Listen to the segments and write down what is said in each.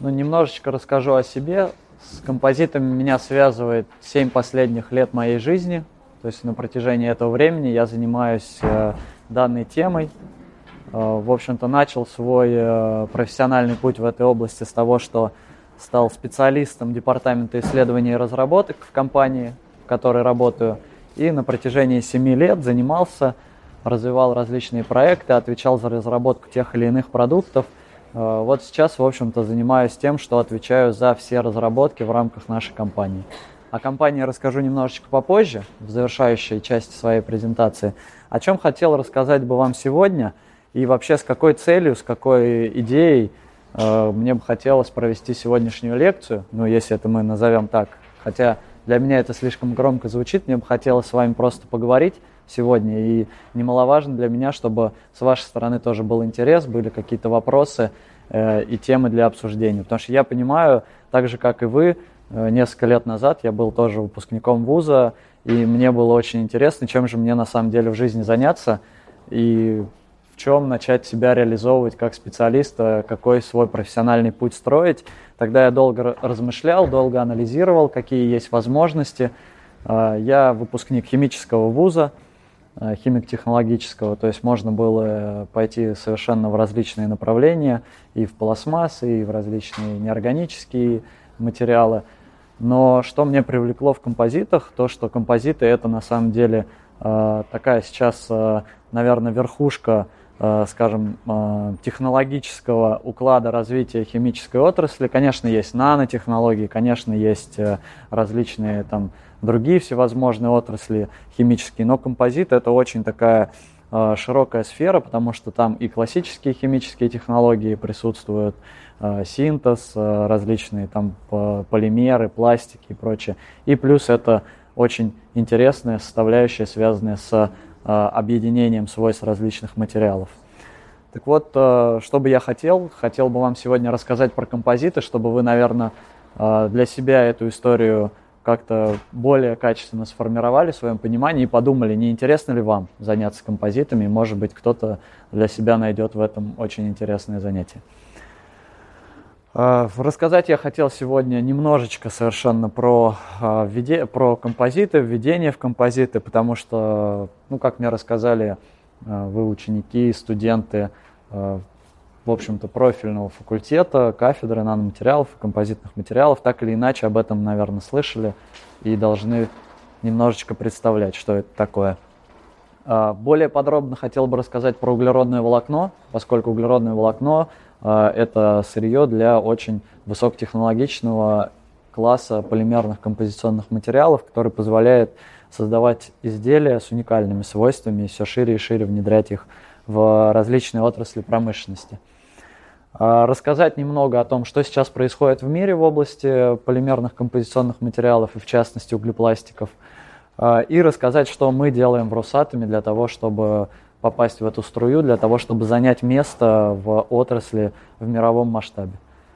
Ну, немножечко расскажу о себе. С композитами меня связывает 7 последних лет моей жизни. То есть на протяжении этого времени я занимаюсь данной темой. В общем-то, начал свой профессиональный путь в этой области с того, что стал специалистом департамента исследований и разработок в компании, в которой работаю. И на протяжении 7 лет занимался, развивал различные проекты, отвечал за разработку тех или иных продуктов. Вот сейчас, в общем-то, занимаюсь тем, что отвечаю за все разработки в рамках нашей компании. О компании расскажу немножечко попозже, в завершающей части своей презентации. О чем хотел рассказать бы вам сегодня и вообще с какой целью, с какой идеей мне бы хотелось провести сегодняшнюю лекцию, ну, если это мы назовем так. Хотя для меня это слишком громко звучит, мне бы хотелось с вами просто поговорить сегодня. И немаловажно для меня, чтобы с вашей стороны тоже был интерес, были какие-то вопросы и темы для обсуждения. Потому что я понимаю, так же, как и вы, несколько лет назад я был тоже выпускником вуза, и мне было очень интересно, чем же мне на самом деле в жизни заняться, и в чем начать себя реализовывать как специалиста, какой свой профессиональный путь строить. Тогда я долго размышлял, долго анализировал, какие есть возможности. Я выпускник химического вуза, химик-технологического, то есть можно было пойти совершенно в различные направления, и в пластмассы, и в различные неорганические материалы. Но что мне привлекло в композитах, то, что композиты это на самом деле такая сейчас, наверное, верхушка, скажем, технологического уклада развития химической отрасли. Конечно, есть нанотехнологии, конечно, есть различные там другие всевозможные отрасли химические, но композит это очень такая широкая сфера, потому что там и классические химические технологии присутствуют, синтез, различные там полимеры, пластики и прочее. И плюс это очень интересная составляющая, связанная с объединением свойств различных материалов. Так вот, что бы я хотел бы вам сегодня рассказать про композиты, чтобы вы, наверное, для себя эту историю как-то более качественно сформировали в своем понимании и подумали, не интересно ли вам заняться композитами, и, может быть, кто-то для себя найдет в этом очень интересное занятие. Рассказать я хотел сегодня немножечко совершенно про композиты, введение в композиты, потому что, ну, как мне рассказали вы, ученики, студенты, в общем-то, профильного факультета, кафедры наноматериалов и композитных материалов, так или иначе об этом, наверное, слышали и должны немножечко представлять, что это такое. Более подробно хотел бы рассказать про углеродное волокно, поскольку углеродное волокно это сырье для очень высокотехнологичного класса полимерных композиционных материалов, который позволяет создавать изделия с уникальными свойствами и все шире и шире внедрять их в различные отрасли промышленности. Рассказать немного о том, что сейчас происходит в мире в области полимерных композиционных материалов и в частности углепластиков. И рассказать, что мы делаем в Росатоме для того, чтобы попасть в эту струю, для того, чтобы занять место в отрасли в мировом масштабе.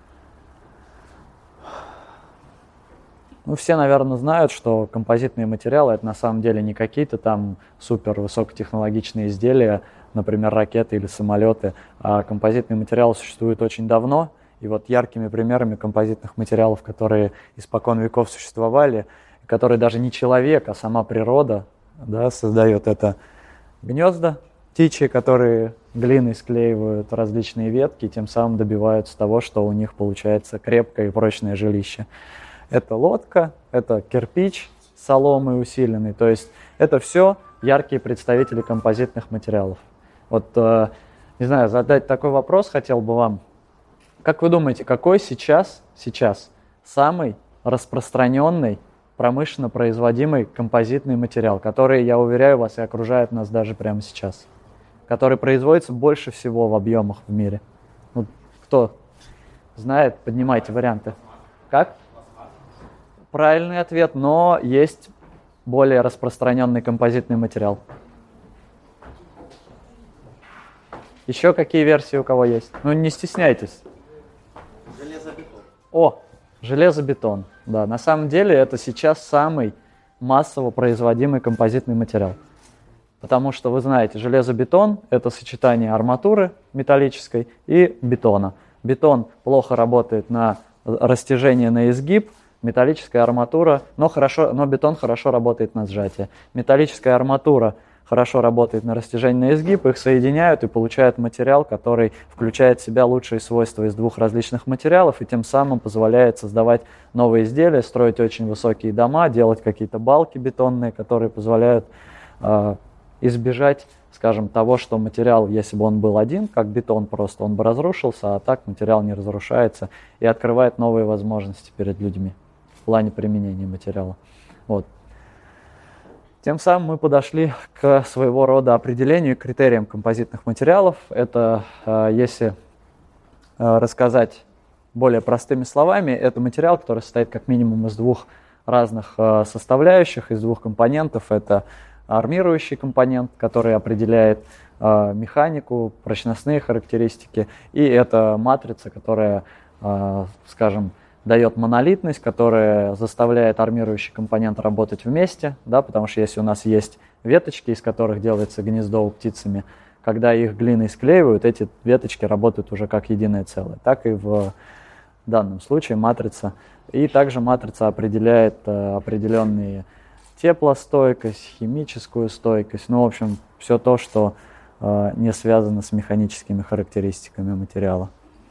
Ну, все, наверное, знают, что композитные материалы это на самом деле не какие-то там супер высокотехнологичные изделия, например, ракеты или самолеты, а композитные материалы существуют очень давно. И вот яркими примерами композитных материалов, которые испокон веков существовали, которые даже не человек, а сама природа, да, создает это гнезда птичьи, которые глиной склеивают различные ветки, тем самым добиваются того, что у них получается крепкое и прочное жилище. Это лодка, это кирпич с соломой усиленный, то есть это все яркие представители композитных материалов. Вот, не знаю, задать такой вопрос хотел бы вам. Как вы думаете, какой сейчас самый распространенный промышленно производимый композитный материал, который, я уверяю вас, и окружает нас даже прямо сейчас, который производится больше всего в объемах в мире? Ну, кто знает, поднимайте варианты. Как? Правильный ответ, но есть более распространенный композитный материал. Еще какие версии у кого есть? Ну, не стесняйтесь. Железобетон. О, железобетон. Да, на самом деле это сейчас самый массово производимый композитный материал. Потому что, вы знаете, железобетон – это сочетание арматуры металлической и бетона. Бетон плохо работает на растяжение, на изгиб, металлическая арматура, но бетон хорошо работает на сжатие. Металлическая арматура хорошо работает на растяжение, на изгиб, их соединяют и получают материал, который включает в себя лучшие свойства из двух различных материалов и тем самым позволяет создавать новые изделия, строить очень высокие дома, делать какие-то балки бетонные, которые позволяют избежать, скажем, того, что материал, если бы он был один, как бетон просто, он бы разрушился, а так материал не разрушается и открывает новые возможности перед людьми в плане применения материала. Вот. Тем самым мы подошли к своего рода определению и критериям композитных материалов. Это, если рассказать более простыми словами, это материал, который состоит как минимум из двух разных составляющих, из двух компонентов. Это армирующий компонент, который определяет механику, прочностные характеристики, и это матрица, которая, скажем, дает монолитность, которая заставляет армирующий компонент работать вместе, да, потому что если у нас есть веточки, из которых делается гнездо у птицами, когда их глиной склеивают, эти веточки работают уже как единое целое. Так и в данном случае матрица. И также матрица определяет определенные теплостойкость, химическую стойкость, ну, в общем, все то, что не связано с механическими характеристиками материала.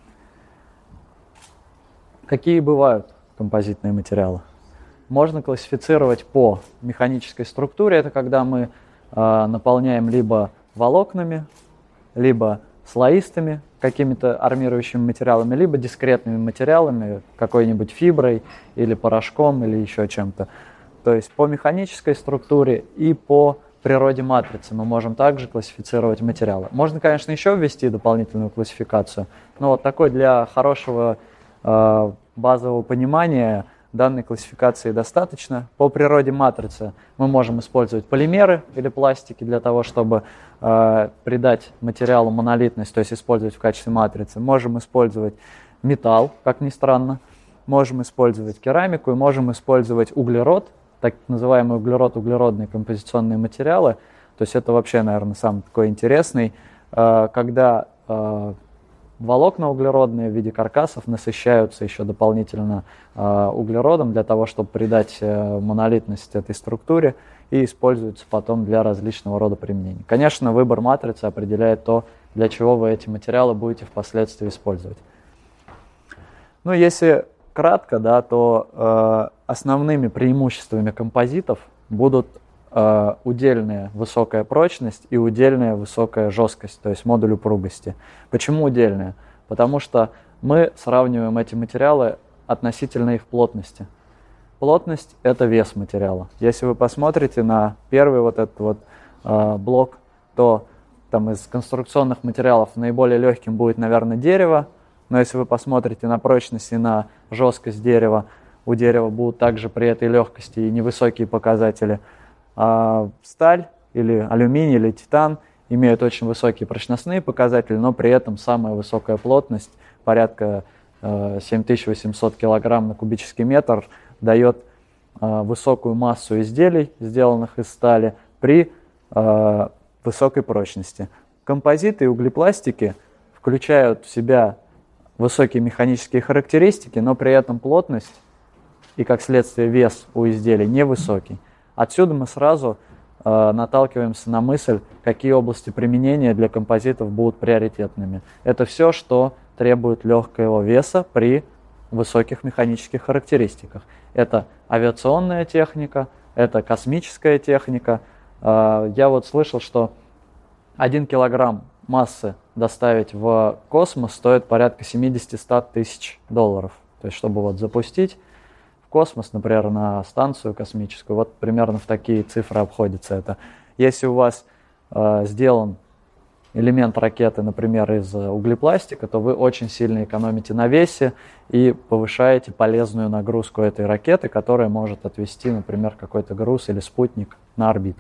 Какие бывают композитные материалы? Можно классифицировать по механической структуре. Это когда мы наполняем либо волокнами, либо слоистыми какими-то армирующими материалами, либо дискретными материалами, какой-нибудь фиброй или порошком или еще чем-то. То есть по механической структуре и по природе матрицы мы можем также классифицировать материалы. Можно, конечно, еще ввести дополнительную классификацию, но вот такой для хорошего базового понимания данной классификации достаточно. По природе матрицы мы можем использовать полимеры или пластики для того, чтобы придать материалу монолитность, то есть использовать в качестве матрицы. Можем использовать металл, как ни странно, можем использовать керамику и можем использовать углерод, так называемый углерод, углеродные композиционные материалы. То есть это вообще, наверное, самый такой интересный, когда волокна углеродные в виде каркасов насыщаются еще дополнительно углеродом для того, чтобы придать монолитность этой структуре и используются потом для различного рода применений. Конечно, выбор матрицы определяет то, для чего вы эти материалы будете впоследствии использовать. Ну, если кратко, да, то основными преимуществами композитов будут удельная высокая прочность и удельная высокая жесткость, то есть модуль упругости. Почему удельная? Потому что мы сравниваем эти материалы относительно их плотности. Плотность – это вес материала. Если вы посмотрите на первый вот этот вот блок, то там из конструкционных материалов наиболее легким будет, наверное, дерево, но если вы посмотрите на прочность и на жесткость дерева, у дерева будут также при этой легкости и невысокие показатели. Сталь или алюминий или титан имеют очень высокие прочностные показатели, но при этом самая высокая плотность, порядка 7800 кг на кубический метр, дает высокую массу изделий, сделанных из стали, при высокой прочности. Композиты и углепластики включают в себя высокие механические характеристики, но при этом плотность и, как следствие, вес у изделий невысокий. Отсюда мы сразу наталкиваемся на мысль, какие области применения для композитов будут приоритетными. Это все, что требует легкого веса при высоких механических характеристиках. Это авиационная техника, это космическая техника. Я вот слышал, что 1 килограмм массы доставить в космос стоит порядка 70-100 тысяч долларов. То есть, чтобы вот запустить в космос, например, на станцию космическую, вот примерно в такие цифры обходится это. Если у вас сделан элемент ракеты, например, из углепластика, то вы очень сильно экономите на весе и повышаете полезную нагрузку этой ракеты, которая может отвезти, например, какой-то груз или спутник на орбиту.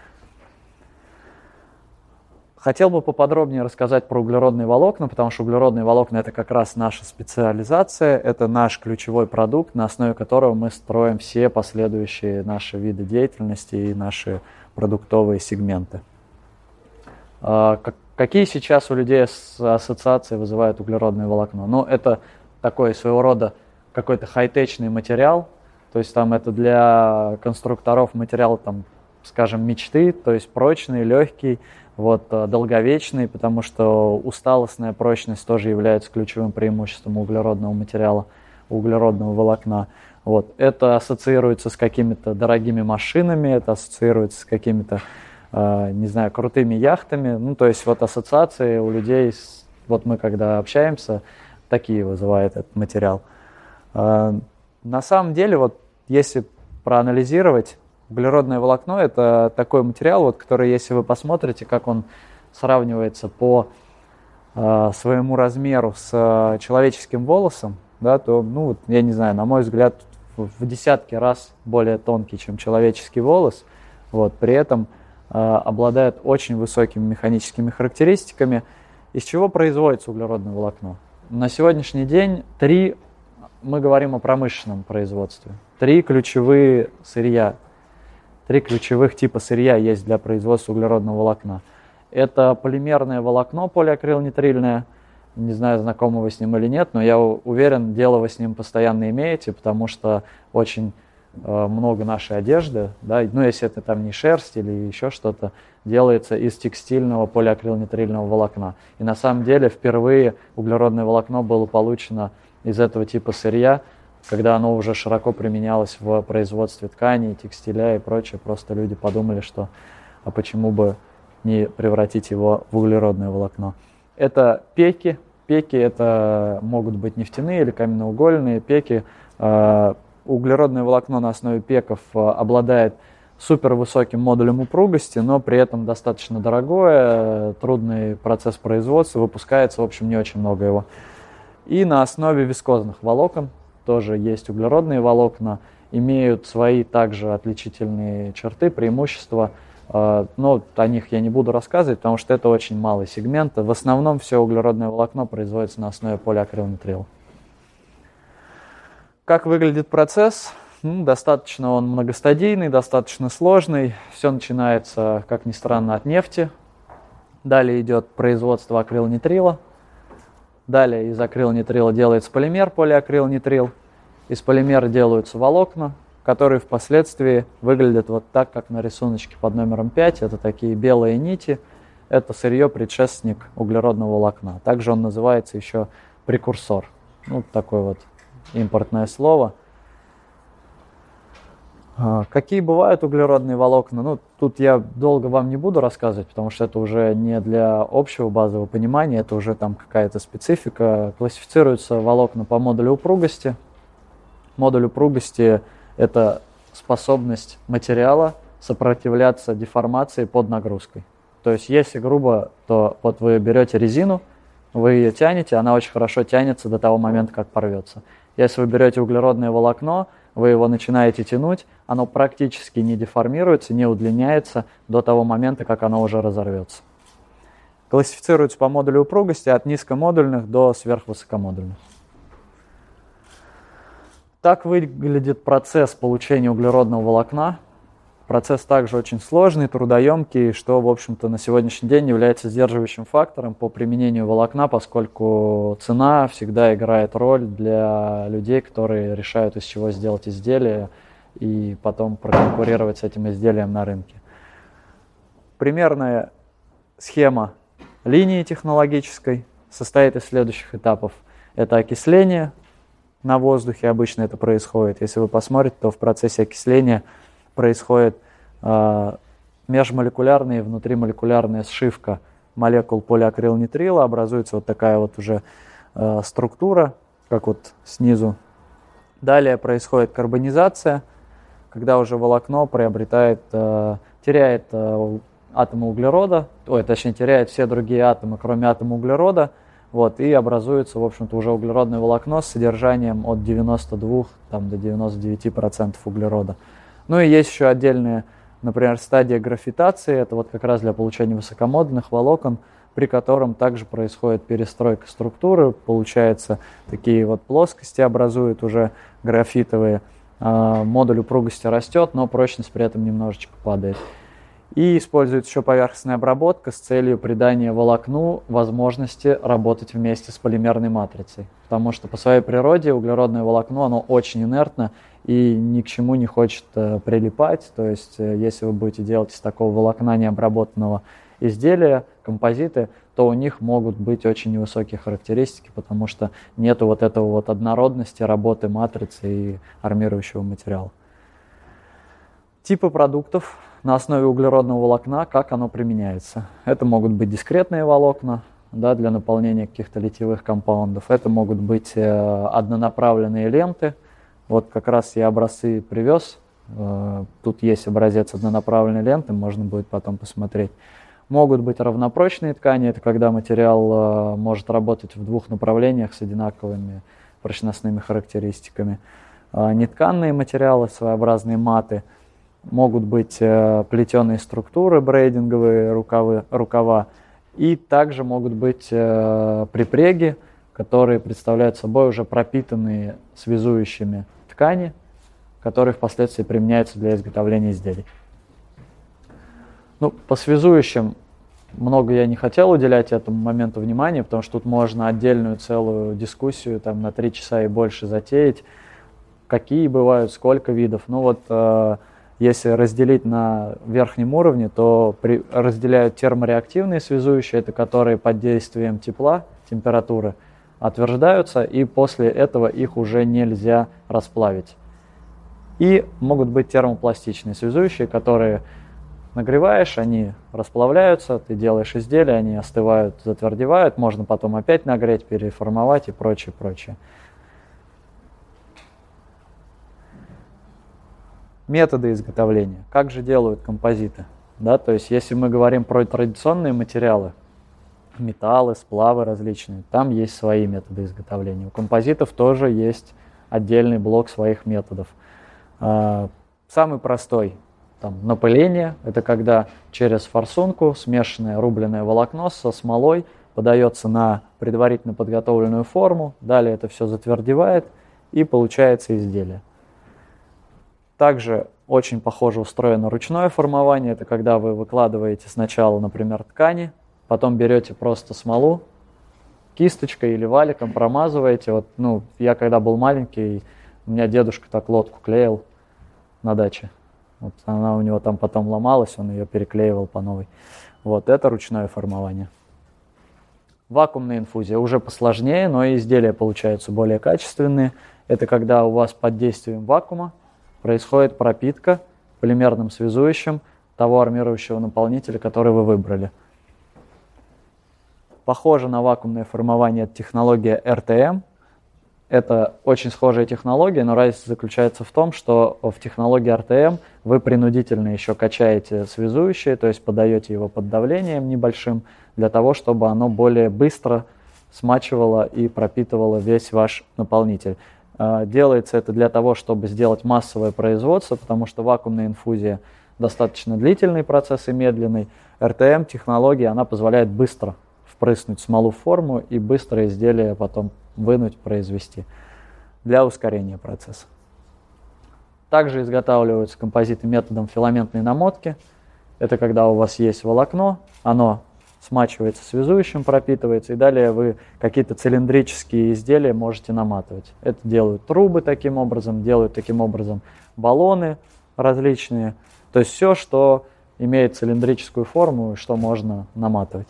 Хотел бы поподробнее рассказать про углеродные волокна, потому что углеродные волокна – это как раз наша специализация, это наш ключевой продукт, на основе которого мы строим все последующие наши виды деятельности и наши продуктовые сегменты. Какие сейчас у людей ассоциации вызывают углеродное волокно? Ну, это такой своего рода какой-то хай-течный материал, то есть там это для конструкторов материал, там, скажем, мечты, то есть прочный, легкий, вот, долговечный, потому что усталостная прочность тоже является ключевым преимуществом углеродного материала, углеродного волокна. Вот. Это ассоциируется с какими-то дорогими машинами, это ассоциируется с какими-то, не знаю, крутыми яхтами. Ну, то есть вот ассоциации у людей, вот мы когда общаемся, такие вызывает этот материал. На самом деле, вот если проанализировать, углеродное волокно – это такой материал, вот, который, если вы посмотрите, как он сравнивается по своему размеру с человеческим волосом, да, то, ну, я не знаю, на мой взгляд, в десятки раз более тонкий, чем человеческий волос. Вот, при этом обладает очень высокими механическими характеристиками. Из чего производится углеродное волокно? На сегодняшний день мы говорим о промышленном производстве. Три ключевых типа сырья есть для производства углеродного волокна. Это полимерное волокно полиакрилнитрильное. Не знаю, знакомы вы с ним или нет, но я уверен, дело вы с ним постоянно имеете, потому что очень много нашей одежды, да, ну, если это там не шерсть или еще что-то, делается из текстильного полиакрилнитрильного волокна. И на самом деле впервые углеродное волокно было получено из этого типа сырья, когда оно уже широко применялось в производстве тканей, текстиля и прочее. Просто люди подумали, что а почему бы не превратить его в углеродное волокно. Это пеки. Пеки это могут быть нефтяные или каменноугольные пеки. Углеродное волокно на основе пеков обладает супервысоким модулем упругости, но при этом достаточно дорогое, трудный процесс производства, выпускается, в общем, не очень много его. И на основе вискозных волокон тоже есть углеродные волокна, имеют свои также отличительные черты, преимущества, но о них я не буду рассказывать, потому что это очень малый сегмент. В основном все углеродное волокно производится на основе полиакрилнитрила. Как выглядит процесс? Достаточно он многостадийный, достаточно сложный. Все начинается, как ни странно, от нефти. Далее идет производство акрилнитрила. Далее из акрилнитрила делается полимер, полиакрилнитрил. Из полимера делаются волокна, которые впоследствии выглядят вот так, как на рисуночке под номером 5. Это такие белые нити. Это сырье, предшественник углеродного волокна. Также он называется еще прекурсор. Ну, такое вот импортное слово. Какие бывают углеродные волокна? Ну, тут я долго вам не буду рассказывать, потому что это уже не для общего базового понимания, это уже там какая-то специфика. Классифицируются волокна по модулю упругости. Модуль упругости – это способность материала сопротивляться деформации под нагрузкой. То есть, если грубо, то вот вы берете резину, вы ее тянете, она очень хорошо тянется до того момента, как порвется. Если вы берете углеродное волокно, вы его начинаете тянуть, оно практически не деформируется, не удлиняется до того момента, как оно уже разорвется. Классифицируется по модулю упругости от низкомодульных до сверхвысокомодульных. Так выглядит процесс получения углеродного волокна. Процесс также очень сложный, трудоемкий, что, в общем-то, на сегодняшний день является сдерживающим фактором по применению волокна, поскольку цена всегда играет роль для людей, которые решают, из чего сделать изделие и потом проконкурировать с этим изделием на рынке. Примерная схема линии технологической состоит из следующих этапов. Это окисление на воздухе, обычно это происходит. Если вы посмотрите, то в процессе окисления происходит межмолекулярная и внутримолекулярная сшивка молекул полиакрилнитрила, образуется вот такая вот уже структура, как вот снизу. Далее происходит карбонизация, когда уже волокно теряет атомы углерода, теряет все другие атомы, кроме атома углерода, вот, и образуется, в общем-то, уже углеродное волокно с содержанием от 92 до 99% углерода. Ну и есть еще отдельная, например, стадия графитации, это вот как раз для получения высокомодульных волокон, при котором также происходит перестройка структуры, получается, такие вот плоскости образуют уже графитовые, модуль упругости растет, но прочность при этом немножечко падает. И используется еще поверхностная обработка с целью придания волокну возможности работать вместе с полимерной матрицей. Потому что по своей природе углеродное волокно, оно очень инертно и ни к чему не хочет прилипать. То есть если вы будете делать из такого волокна необработанного изделия, композиты, то у них могут быть очень невысокие характеристики, потому что нету вот этого вот однородности работы матрицы и армирующего материала. Типы продуктов на основе углеродного волокна, как оно применяется. Это могут быть дискретные волокна, да, для наполнения каких-то литьевых компаундов. Это могут быть однонаправленные ленты. Вот как раз я образцы привез. Тут есть образец однонаправленной ленты, можно будет потом посмотреть. Могут быть равнопрочные ткани, это когда материал может работать в двух направлениях с одинаковыми прочностными характеристиками. Нетканные материалы, своеобразные маты. Могут быть плетеные структуры, брейдинговые рукава. И также могут быть припреги, которые представляют собой уже пропитанные связующими ткани, которые впоследствии применяются для изготовления изделий. Ну, по связующим много я не хотел уделять этому моменту внимания, потому что тут можно отдельную целую дискуссию там, на 3 часа и больше затеять. Какие бывают, сколько видов. Ну вот если разделить на верхнем уровне, то разделяют термореактивные связующие, это которые под действием тепла, температуры, отверждаются, и после этого их уже нельзя расплавить. И могут быть термопластичные связующие, которые нагреваешь, они расплавляются, ты делаешь изделия, они остывают, затвердевают, можно потом опять нагреть, переформовать и прочее, прочее. Методы изготовления. Как же делают композиты? Да, то есть если мы говорим про традиционные материалы, металлы, сплавы различные, там есть свои методы изготовления. У композитов тоже есть отдельный блок своих методов. Самый простой там, напыление, это когда через форсунку смешанное рубленое волокно со смолой подается на предварительно подготовленную форму, далее это все затвердевает и получается изделие. Также очень похоже устроено ручное формование. Это когда вы выкладываете сначала, например, ткани, потом берете просто смолу, кисточкой или валиком промазываете. Вот, ну, я когда был маленький, у меня дедушка так лодку клеил на даче. Вот она у него там потом ломалась, он ее переклеивал по новой. Вот это ручное формование. Вакуумная инфузия уже посложнее, но изделия получаются более качественные. Это когда у вас под действием вакуума происходит пропитка полимерным связующим того армирующего наполнителя, который вы выбрали. Похоже на вакуумное формование технология RTM. Это очень схожая технология, но разница заключается в том, что в технологии RTM вы принудительно еще качаете связующее, то есть подаете его под давлением небольшим, для того, чтобы оно более быстро смачивало и пропитывало весь ваш наполнитель. Делается это для того, чтобы сделать массовое производство, потому что вакуумная инфузия достаточно длительный процесс и медленный. RTM-технология, она позволяет быстро впрыснуть смолу в форму и быстро изделие потом вынуть, произвести для ускорения процесса. Также изготавливаются композиты методом филаментной намотки. Это когда у вас есть волокно, оно смачивается связующим, пропитывается, и далее вы какие-то цилиндрические изделия можете наматывать. Это делают трубы таким образом, делают таким образом баллоны различные. То есть все, что имеет цилиндрическую форму и что можно наматывать.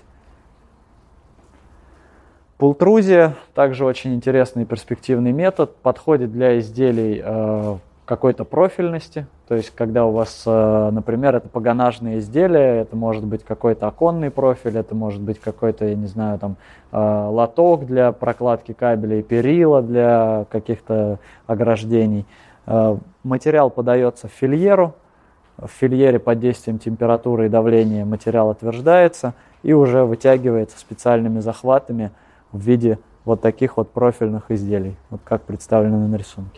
Пультрузия также очень интересный и перспективный метод, подходит для изделий какой-то профильности, то есть когда у вас, например, это погонажные изделия, это может быть какой-то оконный профиль, это может быть какой-то, я не знаю, там лоток для прокладки кабелей, перила для каких-то ограждений. Материал подается в фильеру, в фильере под действием температуры и давления материал отверждается и уже вытягивается специальными захватами в виде вот таких вот профильных изделий, вот как представлено на рисунке.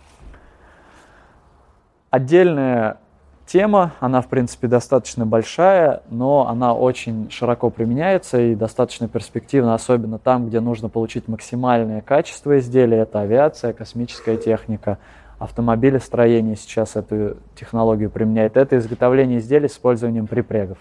Отдельная тема, она в принципе достаточно большая, но она очень широко применяется и достаточно перспективна, особенно там, где нужно получить максимальное качество изделия. Это авиация, космическая техника, автомобилестроение сейчас эту технологию применяет. Это изготовление изделий с использованием припрегов.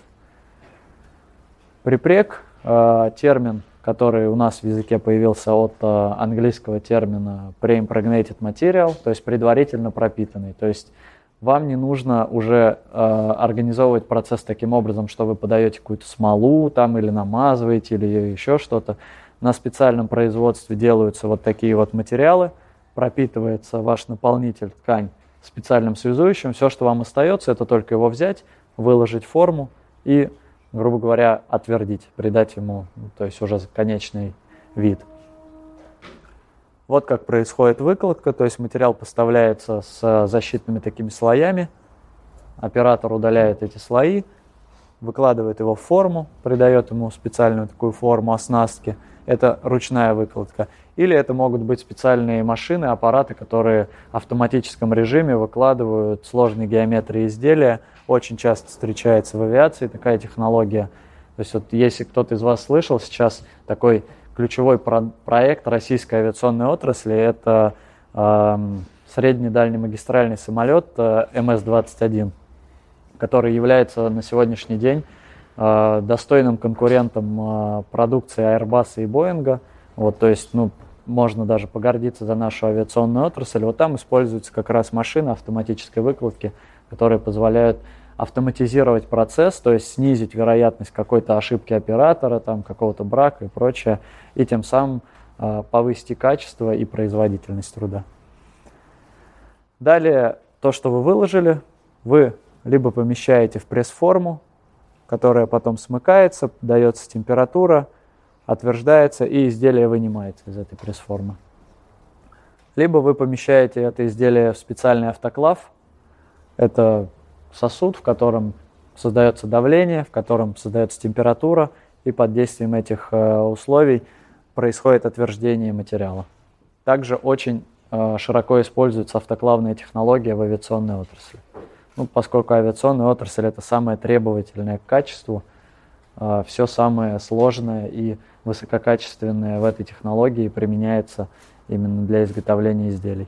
Припрег термин, который у нас в языке появился от английского термина pre-impregnated material, то есть предварительно пропитанный. То есть вам не нужно уже организовывать процесс таким образом, что вы подаете какую-то смолу там, или намазываете, или еще что-то. На специальном производстве делаются вот такие вот материалы, пропитывается ваш наполнитель, ткань, специальным связующим. Все, что вам остается, это только его взять, выложить в форму и, грубо говоря, отвердить, придать ему, то есть уже конечный вид. Вот как происходит выкладка, то есть материал поставляется с защитными такими слоями, оператор удаляет эти слои, выкладывает его в форму, придает ему специальную такую форму оснастки. Это ручная выкладка. Или это могут быть специальные машины, аппараты, которые в автоматическом режиме выкладывают сложные геометрии изделия. Очень часто встречается в авиации такая технология. То есть вот если кто-то из вас слышал, сейчас такой ключевой проект российской авиационной отрасли – это средний дальнемагистральный самолет МС-21, который является на сегодняшний день достойным конкурентом продукции Airbus и Boeing. Вот, то есть, можно даже погордиться за нашу авиационную отрасль. Вот там используются как раз машины автоматической выкладки, которые позволяют автоматизировать процесс, то есть снизить вероятность какой-то ошибки оператора, там, какого-то брака и прочее, и тем самым повысить и качество, и производительность труда. Далее, то, что вы выложили, вы либо помещаете в пресс-форму, которая потом смыкается, дается температура, отверждается, и изделие вынимается из этой пресс-формы. Либо вы помещаете это изделие в специальный автоклав. Это сосуд, в котором создается давление, в котором создается температура, и под действием этих условий происходит отверждение материала. Также очень широко используется автоклавная технология в авиационной отрасли. Поскольку авиационная отрасль – это самая требовательная к качеству, все самое сложное и высококачественное в этой технологии применяется именно для изготовления изделий.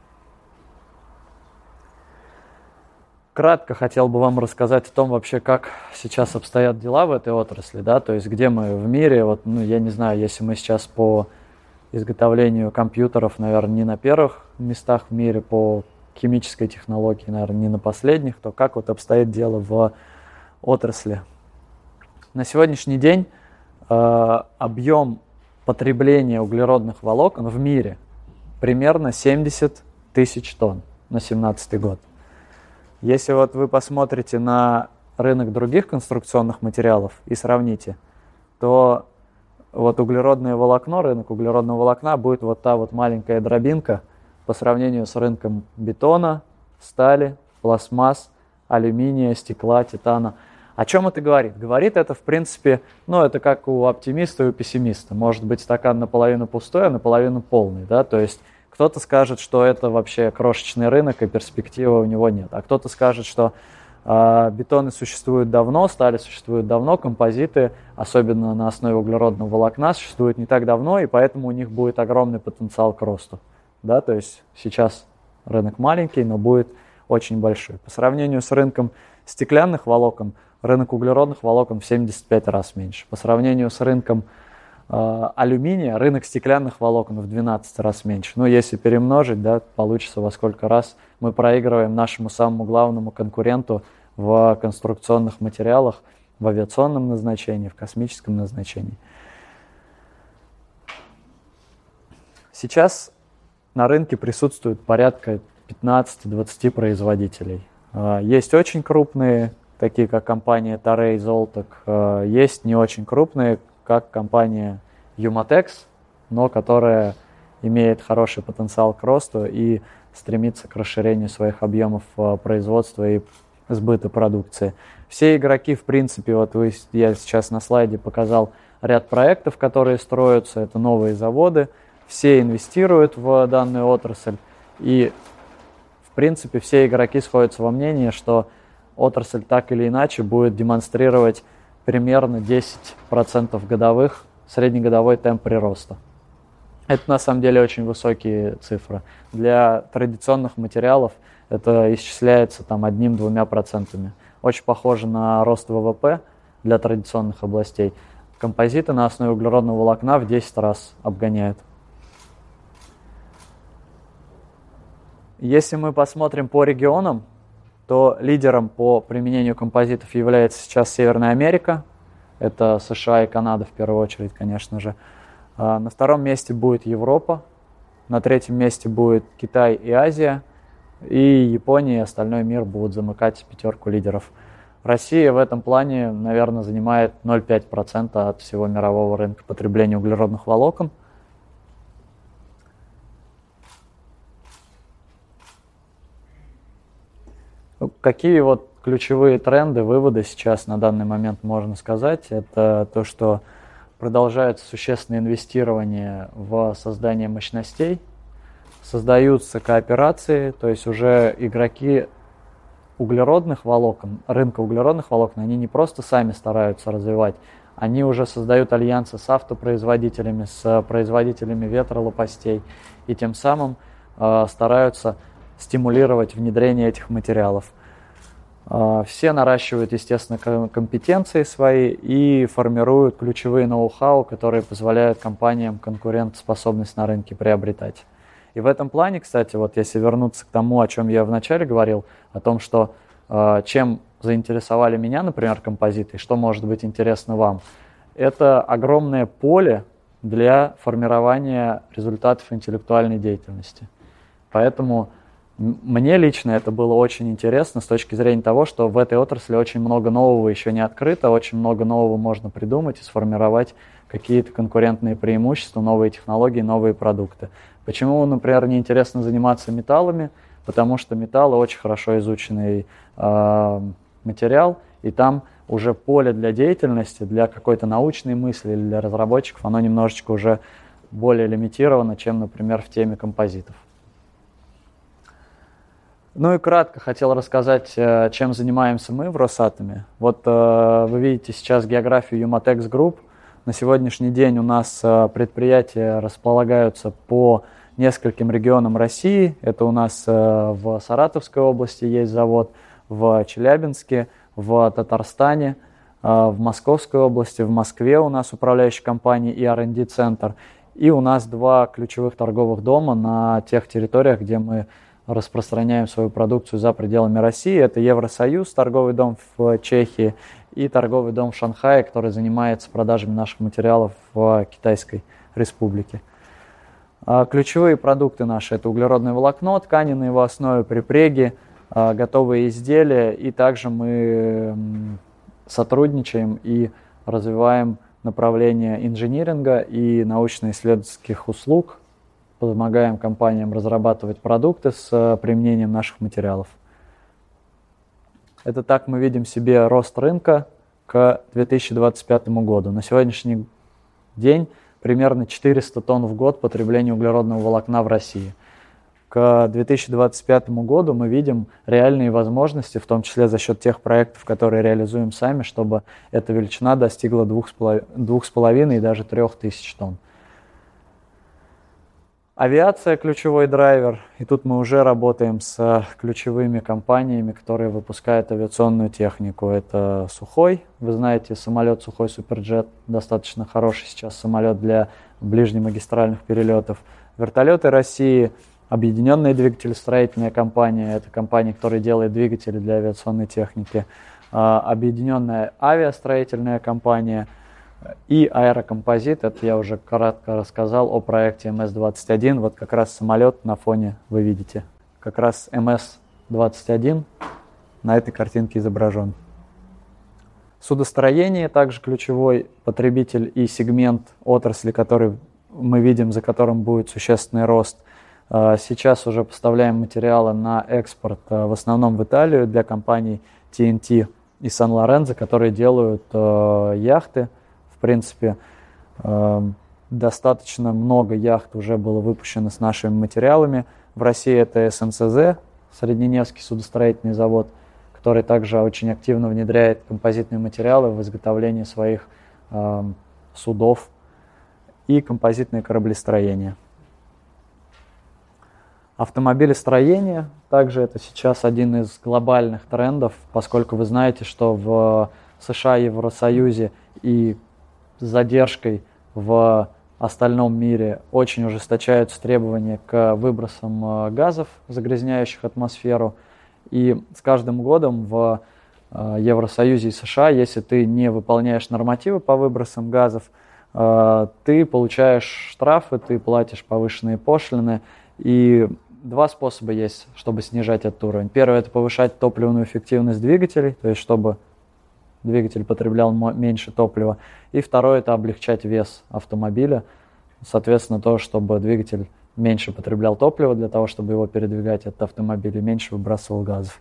Кратко хотел бы вам рассказать о том вообще, как сейчас обстоят дела в этой отрасли, да, то есть где мы в мире. Вот, я не знаю, если мы сейчас по изготовлению компьютеров, наверное, не на первых местах в мире, по химической технологии, наверное, не на последних, то как вот обстоит дело в отрасли. На сегодняшний день объем потребления углеродных волокон в мире примерно 70 тысяч тонн на 2017 год. Если вот вы посмотрите на рынок других конструкционных материалов и сравните, то вот углеродное волокно, рынок углеродного волокна будет вот та вот маленькая дробинка по сравнению с рынком бетона, стали, пластмасс, алюминия, стекла, титана. О чем это говорит? Говорит это, в принципе, это как у оптимиста и у пессимиста. Может быть, стакан наполовину пустой, а наполовину полный, да, то есть кто-то скажет, что это вообще крошечный рынок и перспективы у него нет. А кто-то скажет, что бетоны существуют давно, стали существуют давно, композиты, особенно на основе углеродного волокна, существуют не так давно, и поэтому у них будет огромный потенциал к росту. Да, то есть сейчас рынок маленький, но будет очень большой. По сравнению с рынком стеклянных волокон, рынок углеродных волокон в 75 раз меньше. По сравнению с рынком алюминия, рынок стеклянных волокон в 12 раз меньше. Если перемножить, да, получится, во сколько раз мы проигрываем нашему самому главному конкуренту в конструкционных материалах, в авиационном назначении, в космическом назначении. Сейчас на рынке присутствует порядка 15-20 производителей. Есть очень крупные, такие как компания Toray, Zoltec, есть не очень крупные, как компания Humatex, но которая имеет хороший потенциал к росту и стремится к расширению своих объемов производства и сбыта продукции. Все игроки, в принципе, я сейчас на слайде показал ряд проектов, которые строятся, это новые заводы, все инвестируют в данную отрасль, и, в принципе, все игроки сходятся во мнении, что отрасль так или иначе будет демонстрировать примерно 10% годовых, среднегодовой темп прироста. Это на самом деле очень высокие цифры. Для традиционных материалов это исчисляется там 1-2%. Очень похоже на рост ВВП для традиционных областей. Композиты на основе углеродного волокна в 10 раз обгоняют. Если мы посмотрим по регионам, то лидером по применению композитов является сейчас Северная Америка. Это США и Канада в первую очередь, конечно же. На втором месте будет Европа. На третьем месте будет Китай и Азия. И Япония и остальной мир будут замыкать пятерку лидеров. Россия в этом плане, наверное, занимает 0,5% от всего мирового рынка потребления углеродных волокон. Какие вот ключевые тренды, выводы сейчас на данный момент можно сказать? Это то, что продолжается существенное инвестирование в создание мощностей, создаются кооперации, то есть уже игроки углеродных волокон, рынка углеродных волокон, они не просто сами стараются развивать, они уже создают альянсы с автопроизводителями, с производителями ветролопастей и тем самым стараются стимулировать внедрение этих материалов. Все наращивают, естественно, компетенции свои и формируют ключевые ноу-хау, которые позволяют компаниям конкурентоспособность на рынке приобретать. И в этом плане, кстати, вот если вернуться к тому, о чем я вначале говорил, о том, что чем заинтересовали меня, например, композиты, и что может быть интересно вам, это огромное поле для формирования результатов интеллектуальной деятельности. Поэтому мне лично это было очень интересно с точки зрения того, что в этой отрасли очень много нового еще не открыто, очень много нового можно придумать и сформировать какие-то конкурентные преимущества, новые технологии, новые продукты. Почему, например, не интересно заниматься металлами? Потому что металлы очень хорошо изученный материал, и там уже поле для деятельности, для какой-то научной мысли или для разработчиков, оно немножечко уже более лимитировано, чем, например, в теме композитов. Ну и кратко хотел рассказать, чем занимаемся мы в Росатоме. Вот вы видите сейчас географию Humatex Group. На сегодняшний день у нас предприятия располагаются по нескольким регионам России. Это у нас в Саратовской области есть завод, в Челябинске, в Татарстане, в Московской области, в Москве у нас управляющая компания и R&D центр. И у нас 2 ключевых торговых дома на тех территориях, где мы распространяем свою продукцию за пределами России. Это Евросоюз, торговый дом в Чехии, и торговый дом в Шанхае, который занимается продажами наших материалов в Китайской Республике. Ключевые продукты наши – это углеродное волокно, ткани на его основе, припреги, готовые изделия. И также мы сотрудничаем и развиваем направление инжиниринга и научно-исследовательских услуг, помогаем компаниям разрабатывать продукты с применением наших материалов. Это так мы видим себе рост рынка к 2025 году. На сегодняшний день примерно 400 тонн в год потребления углеродного волокна в России. К 2025 году мы видим реальные возможности, в том числе за счет тех проектов, которые реализуем сами, чтобы эта величина достигла 2,5 и даже 3000 тонн. Авиация – ключевой драйвер, и тут мы уже работаем с ключевыми компаниями, которые выпускают авиационную технику. Это Сухой, вы знаете, самолет Сухой Суперджет, достаточно хороший сейчас самолет для ближнемагистральных перелетов. Вертолеты России, Объединенная двигателестроительная компания, это компания, которая делает двигатели для авиационной техники, Объединенная авиастроительная компания – и Аэрокомпозит, это я уже кратко рассказал о проекте МС-21. Вот как раз самолет на фоне вы видите. Как раз МС-21 на этой картинке изображен. Судостроение также ключевой потребитель и сегмент отрасли, который мы видим, за которым будет существенный рост. Сейчас уже поставляем материалы на экспорт, в основном в Италию, для компаний TNT и Сан-Лоренцо, которые делают яхты. В принципе, достаточно много яхт уже было выпущено с нашими материалами. В России это СНЦЗ, Средненевский судостроительный завод, который также очень активно внедряет композитные материалы в изготовление своих судов. и композитное кораблестроение. Автомобилестроение также это сейчас один из глобальных трендов, поскольку вы знаете, что в США и Евросоюзе и с задержкой в остальном мире очень ужесточаются требования к выбросам газов, загрязняющих атмосферу. И с каждым годом в Евросоюзе и США, если ты не выполняешь нормативы по выбросам газов, ты получаешь штрафы, ты платишь повышенные пошлины. И два способа есть, чтобы снижать этот уровень. Первый – это повышать топливную эффективность двигателей, то есть чтобы двигатель потреблял меньше топлива. И второе – это облегчать вес автомобиля, соответственно, то, чтобы двигатель меньше потреблял топлива для того, чтобы его передвигать, этот автомобиль, и меньше выбрасывал газов.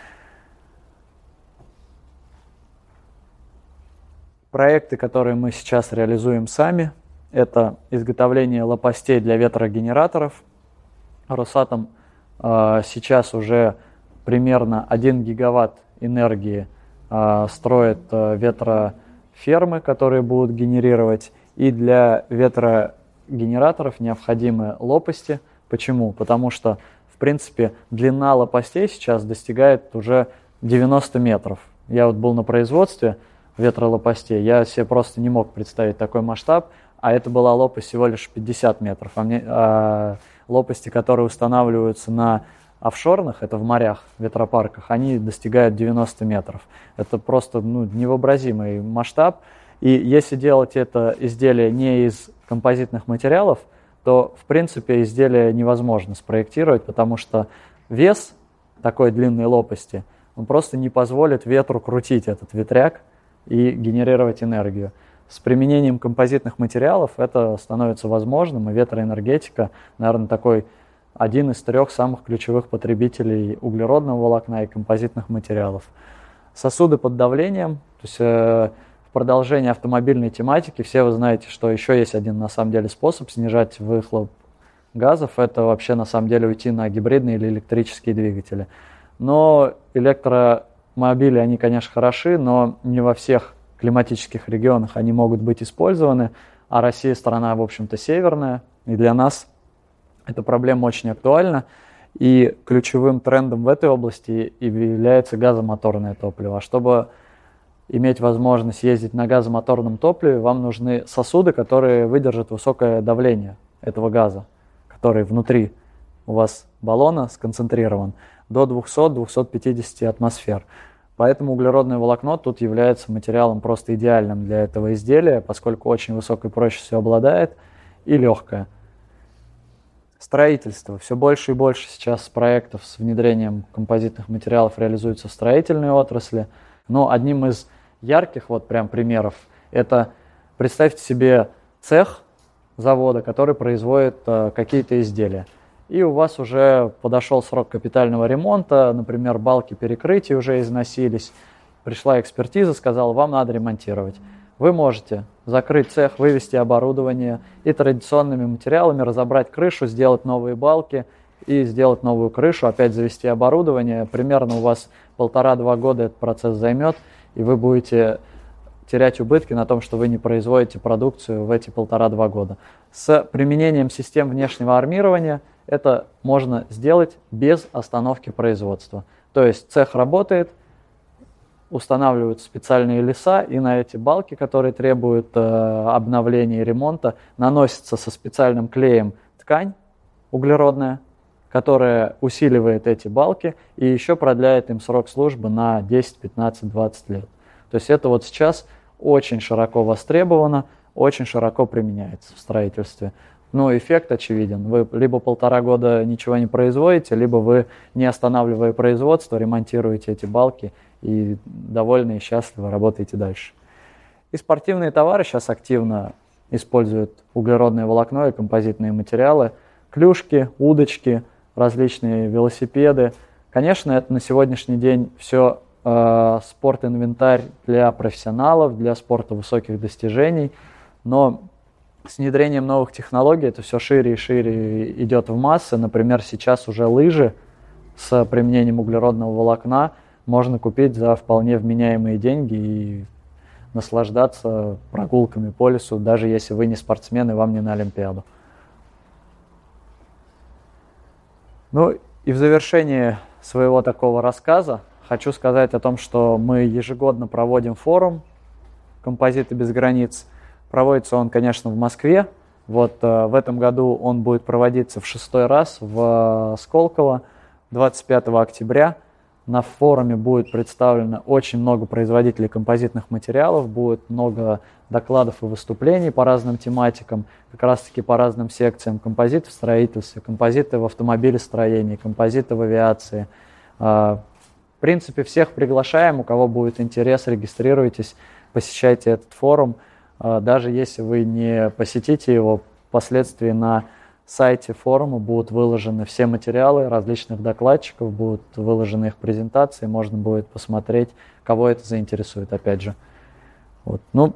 Проекты, которые мы сейчас реализуем сами, это изготовление лопастей для ветрогенераторов. Росатом сейчас уже примерно 1 гигаватт энергии строит ветрофермы, которые будут генерировать. И для ветрогенераторов необходимы лопасти. Почему? Потому что, в принципе, длина лопастей сейчас достигает уже 90 метров. Я вот был на производстве ветролопастей, я себе просто не мог представить такой масштаб, а это была лопасть всего лишь 50 метров. Лопасти, которые устанавливаются на офшорных, это в морях, ветропарках, они достигают 90 метров. Это просто невообразимый масштаб. И если делать это изделие не из композитных материалов, то, в принципе, изделие невозможно спроектировать, потому что вес такой длинной лопасти, он просто не позволит ветру крутить этот ветряк и генерировать энергию. С применением композитных материалов это становится возможным, и ветроэнергетика, наверное, такой один из 3 самых ключевых потребителей углеродного волокна и композитных материалов. Сосуды под давлением, то есть в продолжение автомобильной тематики, все вы знаете, что еще есть один, на самом деле, способ снижать выхлоп газов, это вообще, на самом деле, уйти на гибридные или электрические двигатели. Но электромобили, они, конечно, хороши, но не во всех климатических регионах они могут быть использованы, а Россия страна, в общем-то, северная, и для нас эта проблема очень актуальна, и ключевым трендом в этой области является газомоторное топливо. А чтобы иметь возможность ездить на газомоторном топливе, вам нужны сосуды, которые выдержат высокое давление этого газа, который внутри у вас баллона сконцентрирован до 200-250 атмосфер. Поэтому углеродное волокно тут является материалом просто идеальным для этого изделия, поскольку очень высокой прочностью обладает и легкое. Строительство. Все больше и больше сейчас проектов с внедрением композитных материалов реализуется в строительной отрасли. Но одним из ярких примеров это, представьте себе, цех завода, который производит какие-то изделия. И у вас уже подошел срок капитального ремонта, например, балки перекрытий уже износились, пришла экспертиза, сказала, вам надо ремонтировать. Вы можете закрыть цех, вывести оборудование и традиционными материалами разобрать крышу, сделать новые балки и сделать новую крышу, опять завести оборудование. Примерно у вас 1,5-2 года этот процесс займет, и вы будете терять убытки на том, что вы не производите продукцию в эти 1,5-2 года. С применением систем внешнего армирования это можно сделать без остановки производства. То есть цех работает, устанавливают специальные леса, и на эти балки, которые требуют обновления и ремонта, наносится со специальным клеем ткань углеродная, которая усиливает эти балки и еще продляет им срок службы на 10, 15, 20 лет. То есть это вот сейчас очень широко востребовано, очень широко применяется в строительстве. Но эффект очевиден. Вы либо 1,5 года ничего не производите, либо вы, не останавливая производство, ремонтируете эти балки и довольны и счастливы работаете дальше. И спортивные товары сейчас активно используют углеродное волокно и композитные материалы. Клюшки, удочки, различные велосипеды. Конечно, это на сегодняшний день все спорт-инвентарь для профессионалов, для спорта высоких достижений, но с внедрением новых технологий это все шире и шире идет в массы. Например, сейчас уже лыжи с применением углеродного волокна можно купить за вполне вменяемые деньги. И наслаждаться прогулками по лесу, даже если вы не спортсмен и вам не на Олимпиаду. Ну и в завершении своего такого рассказа хочу сказать о том, что мы ежегодно проводим форум «Композиты без границ». Проводится он, конечно, в Москве. Вот в этом году он будет проводиться в 6-й раз в Сколково 25 октября. На форуме будет представлено очень много производителей композитных материалов, будет много докладов и выступлений по разным тематикам, как раз-таки по разным секциям: композиты в строительстве, композиты в автомобилестроении, композиты в авиации. В принципе, всех приглашаем, у кого будет интерес, регистрируйтесь, посещайте этот форум. Даже если вы не посетите его, впоследствии на сайте форума будут выложены все материалы различных докладчиков, будут выложены их презентации, можно будет посмотреть, кого это заинтересует, опять же. Вот. Ну,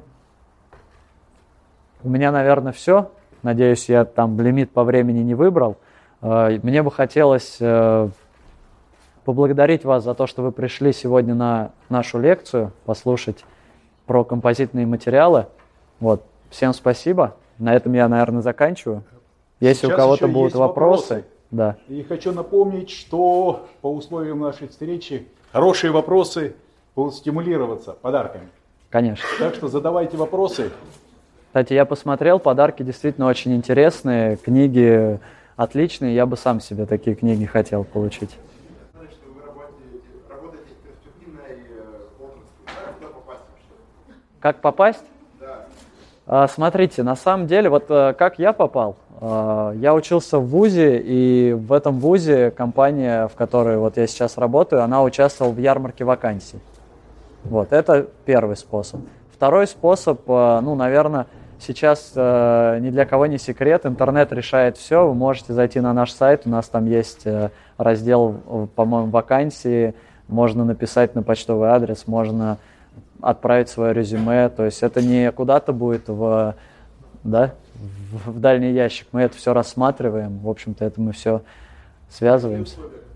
у меня, наверное, все. Надеюсь, я там лимит по времени не выбрал. Мне бы хотелось поблагодарить вас за то, что вы пришли сегодня на нашу лекцию, послушать про композитные материалы. Вот. Всем спасибо. На этом я, наверное, заканчиваю. Если Сейчас у кого-то еще будут есть вопросы. Да. И хочу напомнить, что по условиям нашей встречи хорошие вопросы будут стимулироваться подарками. Конечно. Так что задавайте вопросы. Кстати, я посмотрел, подарки действительно очень интересные, книги отличные, я бы сам себе такие книги хотел получить. Знаете, что вы работаете в перспективной отрасли. Как туда попасть вообще? Как попасть? Да. Смотрите, на самом деле, вот как я попал, я учился в вузе, и в этом вузе компания, в которой вот я сейчас работаю, она участвовала в ярмарке вакансий. Вот, это первый способ. Второй способ, ну, наверное, сейчас ни для кого не секрет, интернет решает все, вы можете зайти на наш сайт, у нас там есть раздел, по-моему, вакансии, можно написать на почтовый адрес, можно отправить свое резюме, то есть это не куда-то будет в дальний ящик, мы это все рассматриваем, в общем-то, это мы все связываемся.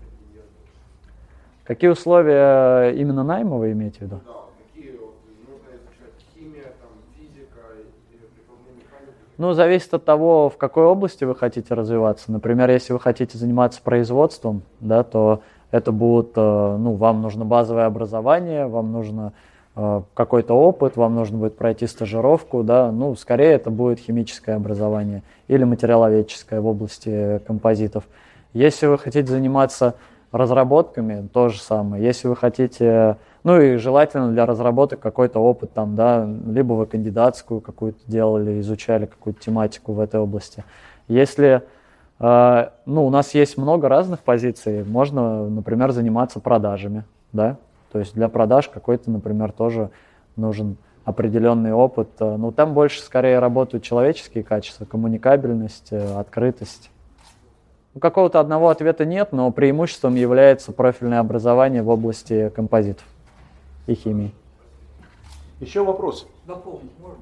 Какие условия именно найма вы имеете в виду? Да, какие нужно изучать: химия, там, физика или прикладные механики? Ну, зависит от того, в какой области вы хотите развиваться. Например, если вы хотите заниматься производством, да, то это будет, ну, вам нужно базовое образование, вам нужно какой-то опыт, вам нужно будет пройти стажировку, да, ну, скорее это будет химическое образование или материаловедческое в области композитов. Если вы хотите заниматься разработками, то же самое. Если вы хотите, ну и желательно для разработок какой-то опыт там, да, либо вы кандидатскую какую-то делали, изучали какую-то тематику в этой области. Если, ну, у нас есть много разных позиций, можно, например, заниматься продажами, да, то есть для продаж какой-то, например, тоже нужен определенный опыт. Ну, там больше скорее работают человеческие качества, коммуникабельность, открытость. Ну, какого-то одного ответа нет, но преимуществом является профильное образование в области композитов и химии. Еще вопросы? Дополнить можно?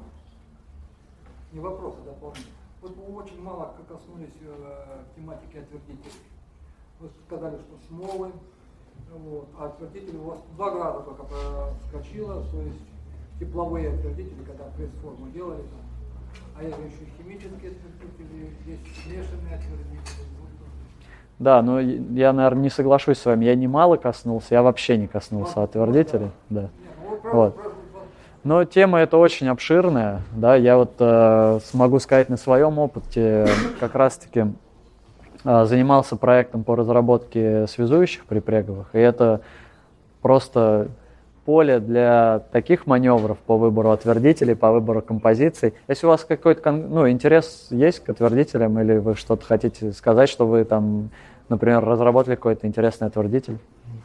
Не вопрос, а дополнить. Вот вы очень мало коснулись тематики отвердителей. Вы сказали, что смолы, вот, а отвердители у вас в 2 раза только проскочило, то есть тепловые отвердители, когда пресс-форму делали, там, а есть еще химические отвердители, есть смешанные отвердители. Да, но я, наверное, не соглашусь с вами. Я немало коснулся, я вообще не коснулся отвердителей. Да. Вот. Но тема эта очень обширная. Да, я вот смогу сказать на своем опыте, как раз-таки занимался проектом по разработке связующих припреговых. И это просто поле для таких маневров по выбору отвердителей, по выбору композиций. Если у вас какой-то интерес есть к отвердителям, или вы что-то хотите сказать, что вы там, например, разработали какой-то интересный отвердитель?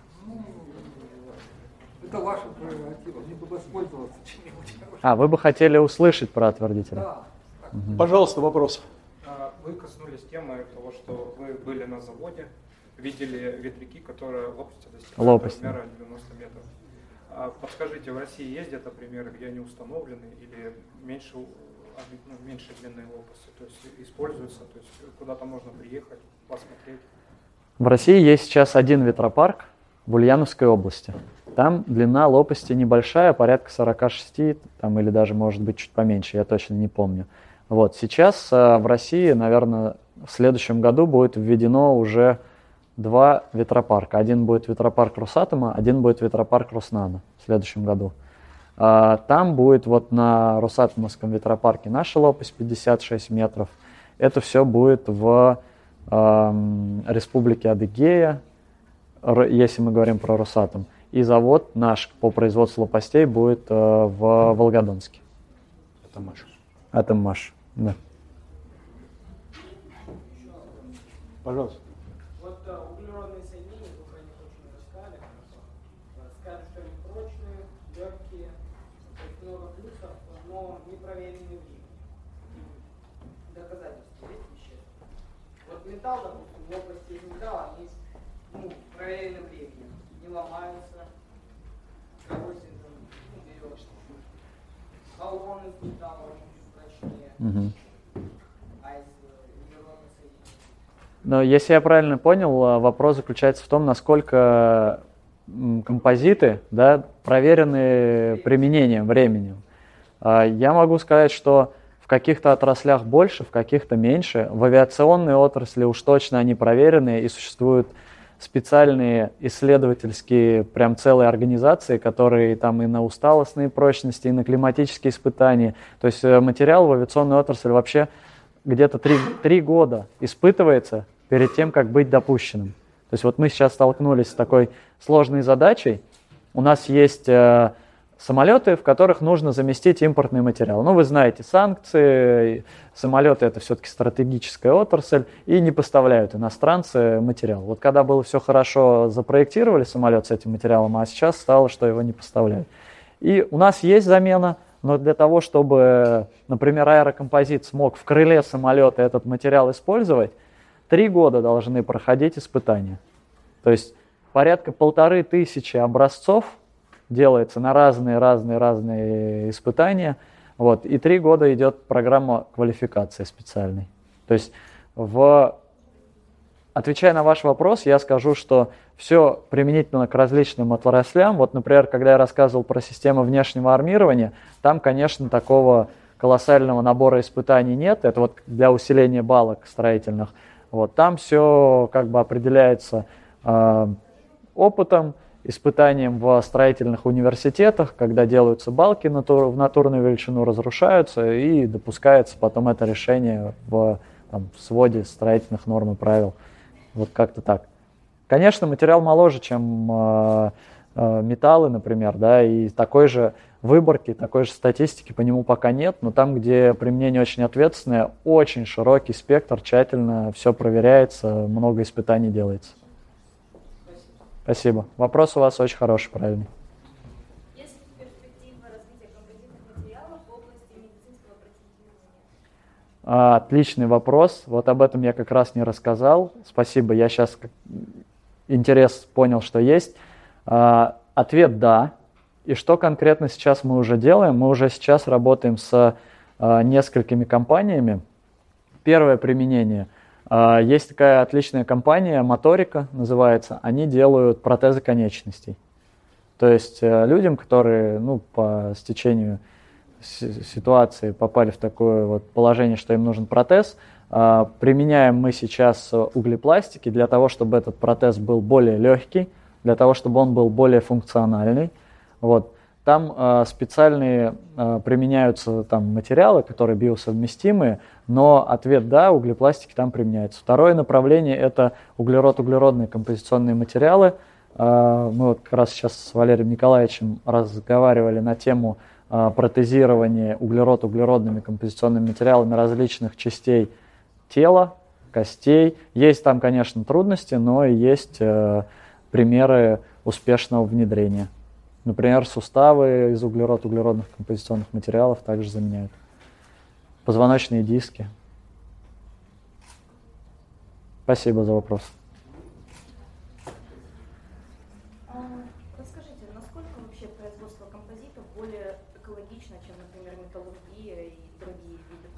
Это ваша прерогатива, мне бы воспользоваться чем-нибудь. Вы бы хотели услышать про отвердители? Да. Пожалуйста, вопрос. Вы коснулись темы того, что вы были на заводе, видели ветряки, которые лопастью достигают размера 90 метров. Подскажите, в России есть где-то примеры, где они установлены или меньше длинные лопасти, то есть используются, то есть куда-то можно приехать, посмотреть? В России есть сейчас один ветропарк, в Ульяновской области. Там длина лопасти небольшая, порядка 46, там, или даже, может быть, чуть поменьше, я точно не помню. Вот. Сейчас в России, наверное, в следующем году будет введено уже 2 ветропарка. Один будет ветропарк Росатома, один будет ветропарк Роснано в следующем году. Там будет вот на Росатомовском ветропарке наша лопасть 56 метров. Это все будет в Республике Адыгея, если мы говорим про Росатом. И завод наш по производству лопастей будет в Волгодонске. Атомаш. Атомаш, да. Пожалуйста. Вот углеродные соединения, вы про них очень рассказали, скажут, что они прочные, легкие, то есть много плюсов, но не проверенные временем. Доказательства есть веществ. Вот металл, допустим, в области металла, они проверены временем, не ломаются, допустим, берешь баллоны с металла очень прочнее. Угу. Но если я правильно понял, вопрос заключается в том, насколько композиты, да, проверены применением, временем. Я могу сказать, что в каких-то отраслях больше, в каких-то меньше. В авиационной отрасли уж точно они проверены, и существуют специальные исследовательские прям целые организации, которые там и на усталостные прочности, и на климатические испытания. То есть материал в авиационной отрасли вообще где-то 3 года испытывается перед тем, как быть допущенным. То есть вот мы сейчас столкнулись с такой сложной задачей. У нас есть самолеты, в которых нужно заместить импортный материал. Ну, вы знаете, санкции, самолеты — это все-таки стратегическая отрасль, и не поставляют иностранцы материал. Вот когда было все хорошо, запроектировали самолет с этим материалом, а сейчас стало, что его не поставляют. И у нас есть замена, но для того, чтобы, например, аэрокомпозит смог в крыле самолета этот материал использовать, 3 года должны проходить испытания. То есть порядка 1500 образцов делается на разные испытания. Вот, и 3 года идет программа квалификации специальной. То есть, отвечая на ваш вопрос, я скажу, что все применительно к различным отраслям. Вот, например, когда я рассказывал про систему внешнего армирования, там, конечно, такого колоссального набора испытаний нет. Это вот для усиления балок строительных. Вот, там все как бы определяется опытом, испытанием в строительных университетах, когда делаются балки в натурную величину, разрушаются, и допускается потом это решение в своде строительных норм и правил. Вот как-то так. Конечно, материал моложе, чем металлы, например, да, и такой же выборки, такой же статистики по нему пока нет, но там, где применение очень ответственное, очень широкий спектр, тщательно все проверяется, много испытаний делается. Спасибо. Вопрос у вас очень хороший, правильный. Есть ли перспектива развития композитных материалов в области медицинского протезирования? Отличный вопрос. Вот об этом я как раз не рассказал. Спасибо. Я сейчас интерес понял, что есть. Ответ – да. И что конкретно сейчас мы уже делаем? Мы уже сейчас работаем с несколькими компаниями. Первое применение. Есть такая отличная компания, Моторика называется. Они делают протезы конечностей. То есть людям, которые по стечению ситуации попали в такое вот положение, что им нужен протез, применяем мы сейчас углепластики для того, чтобы этот протез был более легкий, для того, чтобы он был более функциональный. Вот. Там специальные применяются материалы, которые биосовместимые, но ответ да, углепластики там применяются. Второе направление – это углерод-углеродные композиционные материалы. Мы вот как раз сейчас с Валерием Николаевичем разговаривали на тему протезирования углерод-углеродными композиционными материалами различных частей тела, костей. Есть там, конечно, трудности, но и есть примеры успешного внедрения. Например, суставы из углерод-углеродных композиционных материалов также заменяют. Позвоночные диски. Спасибо за вопрос. Расскажите, насколько вообще производство композитов более экологично, чем, например, металлургия и другие виды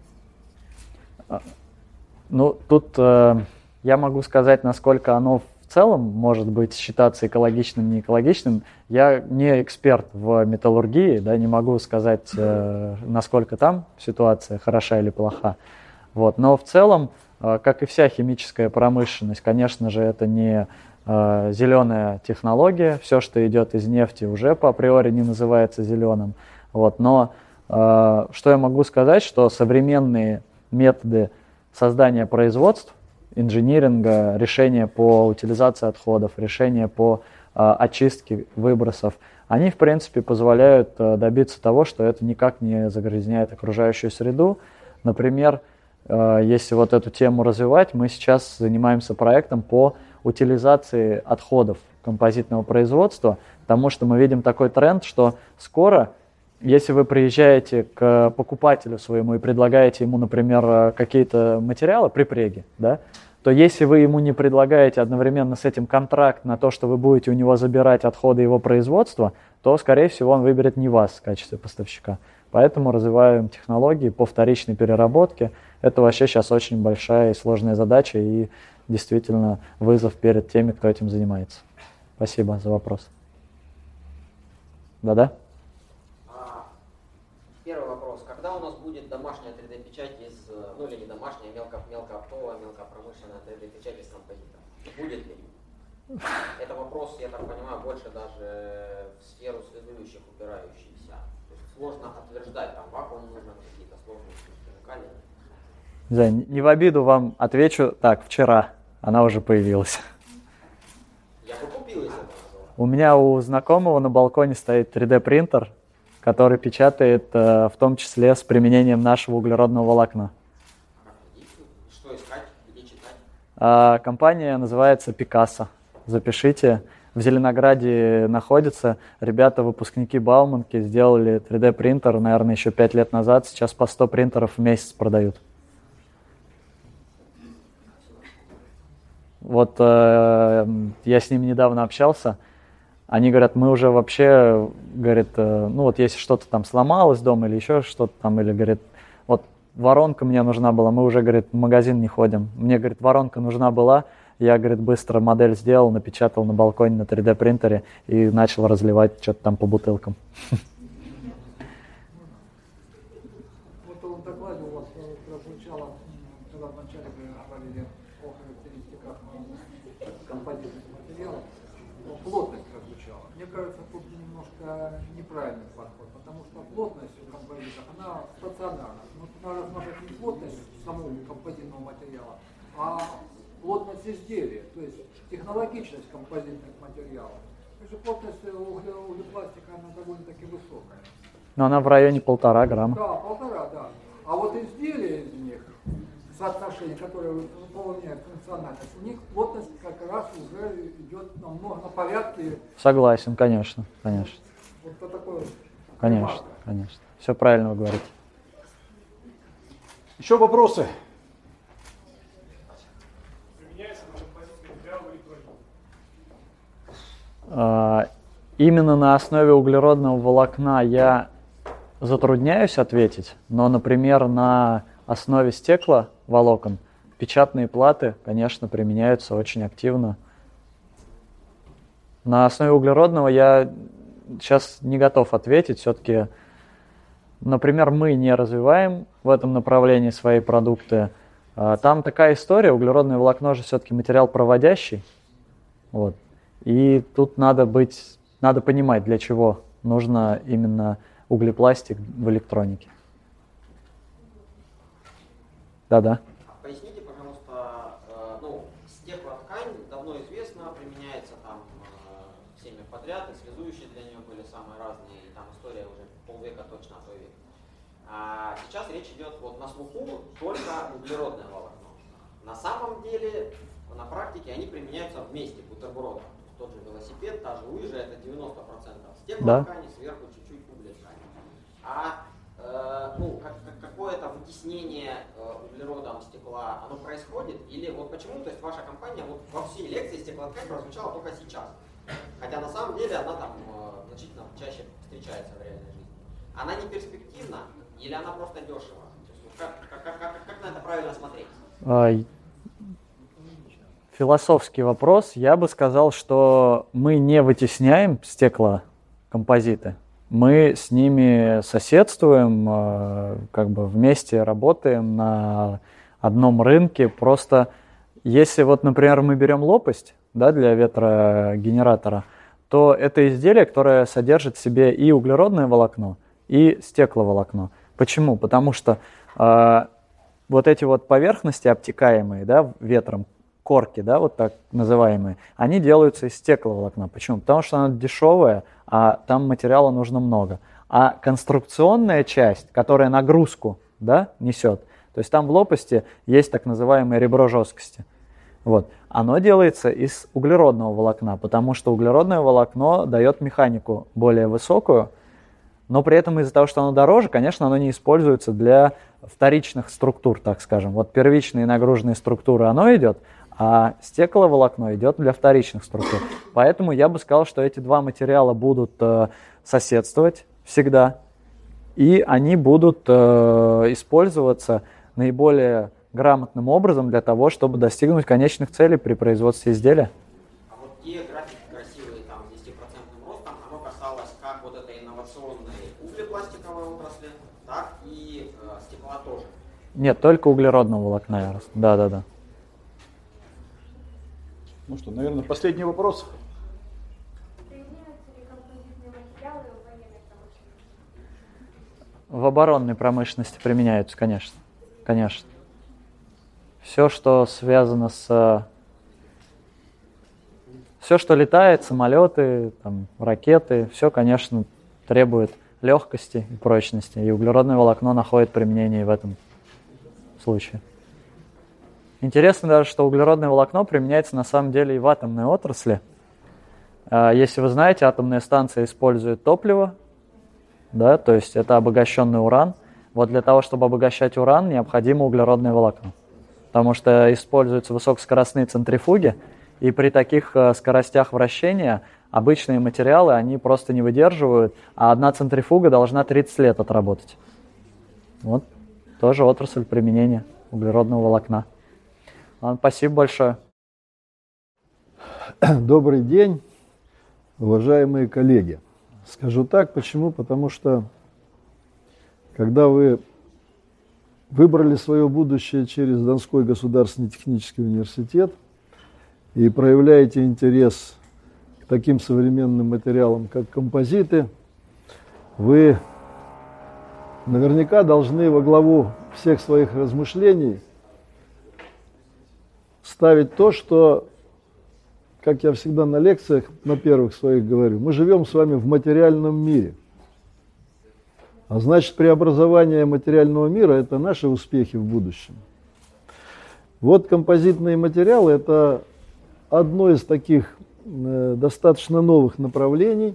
промышленности? Тут я могу сказать, насколько оно в целом может быть считаться экологичным, не экологичным. Я не эксперт в металлургии, да, не могу сказать, насколько там ситуация хороша или плоха. Вот. Но в целом, как и вся химическая промышленность, конечно же, это не зеленая технология. Все, что идет из нефти, уже по априори не называется зеленым. Вот. Но что я могу сказать, что современные методы создания производств, инжиниринга, решения по утилизации отходов, решения по очистке выбросов, они, в принципе, позволяют добиться того, что это никак не загрязняет окружающую среду. Например, если вот эту тему развивать, мы сейчас занимаемся проектом по утилизации отходов композитного производства, потому что мы видим такой тренд, что скоро, если вы приезжаете к покупателю своему и предлагаете ему, например, какие-то материалы, припреги, да, то если вы ему не предлагаете одновременно с этим контракт на то, что вы будете у него забирать отходы его производства, то, скорее всего, он выберет не вас в качестве поставщика. Поэтому развиваем технологии по вторичной переработке. Это вообще сейчас очень большая и сложная задача и действительно вызов перед теми, кто этим занимается. Спасибо за вопрос. Да-да? Первый вопрос. Когда у нас будет домашняя 3D-печать из, ну или не домашняя, мелкооптовая, мелкопромышленная 3D-печать из композита? Будет ли? Это вопрос, я так понимаю, больше даже в сферу следующих упирающихся. То есть сложно утверждать, там вакуум нужно, какие-то сложности химикалии. Да, не в обиду вам отвечу, так, вчера она уже появилась. Я бы купил, если это называется. У меня у знакомого на балконе стоит 3D-принтер, который печатает в том числе с применением нашего углеродного волокна. Что искать, где читать? Компания называется Picasso. Запишите. В Зеленограде находится. Ребята, выпускники Бауманки, сделали 3D-принтер, наверное, еще 5 лет назад. Сейчас по 100 принтеров в месяц продают. Вот я с ними недавно общался. Они говорят, мы уже вообще, говорит, ну вот если что-то там сломалось дома или еще что-то там, или, говорит, вот воронка мне нужна была, мы уже, говорит, в магазин не ходим. Мне, говорит, воронка нужна была, я, говорит, быстро модель сделал, напечатал на балконе на 3D принтере и начал разливать что-то там по бутылкам. Вот в докладе у вас прозвучало, когда вначале вы говорили о характеристиках композитных материалов, плотность прозвучала. Мне кажется, тут немножко неправильный подход, потому что плотность у композитов, она стационарна. Но надо смотреть не плотность самого композитного материала, а плотность изделия, то есть технологичность композитных материалов. Потому что плотность углепластика, она довольно-таки высокая. Но она в районе 1,5 грамма. Да, 1,5, да. А вот изделия из них, соотношение, которое выполняет функциональность, у них плотность как раз уже идет намного на порядке. Согласен, конечно, конечно. Вот это такое. Конечно, ремарка. конечно. Все правильно вы говорите. Еще вопросы? Применяется на композитный материал в электронике? Именно на основе углеродного волокна я затрудняюсь ответить, но, например, на основе стекловолокон печатные платы, конечно, применяются очень активно. На основе углеродного я сейчас не готов ответить. Все-таки, например, мы не развиваем в этом направлении свои продукты. Там такая история, углеродное волокно же все-таки материал проводящий. Вот. И тут надо понимать, для чего нужно именно углепластик в электронике. Да-да. Поясните, пожалуйста, стеклоткань давно известна, применяется там всеми подряд, и связующие для нее были самые разные, и там история уже полвека точно, а то и век. Сейчас речь идет вот на слуху только углеродное волокно. На самом деле, на практике они применяются вместе, бутербродом. Тот же велосипед, та же лыжа, это 90% стеклоткани, сверху чуть-чуть углеткани. Какое-то вытеснение углеродом стекла, оно происходит? Или вот почему, то есть ваша компания вот во всей лекции стеклоткань прозвучала только сейчас? Хотя на самом деле она там значительно чаще встречается в реальной жизни. Она не перспективна или она просто дешева? То есть, как на это правильно смотреть? Философский вопрос. Я бы сказал, что мы не вытесняем стеклокомпозиты. Мы с ними соседствуем, как бы вместе работаем на одном рынке. Просто если вот, например, мы берем лопасть, да, для ветрогенератора, то это изделие, которое содержит в себе и углеродное волокно, и стекловолокно. Почему? Потому что вот эти вот поверхности обтекаемые, да, ветром, корки, да, вот так называемые, они делаются из стекловолокна. Почему? Потому что оно дешевое, а там материала нужно много. А конструкционная часть, которая нагрузку, да, несет, то есть там в лопасти есть так называемое ребро жесткости. Вот. Оно делается из углеродного волокна, потому что углеродное волокно дает механику более высокую, но при этом из-за того, что оно дороже, конечно, оно не используется для вторичных структур, так скажем. Вот первичные нагруженные структуры оно идет, а стекловолокно идет для вторичных структур. Поэтому я бы сказал, что эти два материала будут соседствовать всегда, и они будут использоваться наиболее грамотным образом для того, чтобы достигнуть конечных целей при производстве изделия. А вот те графики красивые там с 10% ростом, оно касалось как вот этой инновационной углепластиковой отрасли, так и стекла тоже? Нет, только углеродного волокна. Да. Ну что, наверное, последний вопрос. Применяются ли композитные материалы в военной промышленности? В оборонной промышленности применяются, конечно. Конечно. Все, что связано с... Все, что летает, самолеты, там, ракеты, все, конечно, требует легкости и прочности. И углеродное волокно находит применение в этом случае. Интересно даже, что углеродное волокно применяется на самом деле и в атомной отрасли. Если вы знаете, атомные станции используют топливо, да, то есть это обогащенный уран. Вот для того, чтобы обогащать уран, необходимо углеродное волокно. Потому что используются высокоскоростные центрифуги, и при таких скоростях вращения обычные материалы, они просто не выдерживают, а одна центрифуга должна 30 лет отработать. Вот тоже отрасль применения углеродного волокна. Ладно, спасибо большое. Добрый день, уважаемые коллеги. Скажу так, почему? Потому что когда вы выбрали свое будущее через Донской государственный технический университет и проявляете интерес к таким современным материалам, как композиты, вы наверняка должны во главу всех своих размышлений ставить то, что, как я всегда на лекциях, на первых своих говорю, мы живем с вами в материальном мире. А значит, преобразование материального мира – это наши успехи в будущем. Вот композитные материалы – это одно из таких достаточно новых направлений.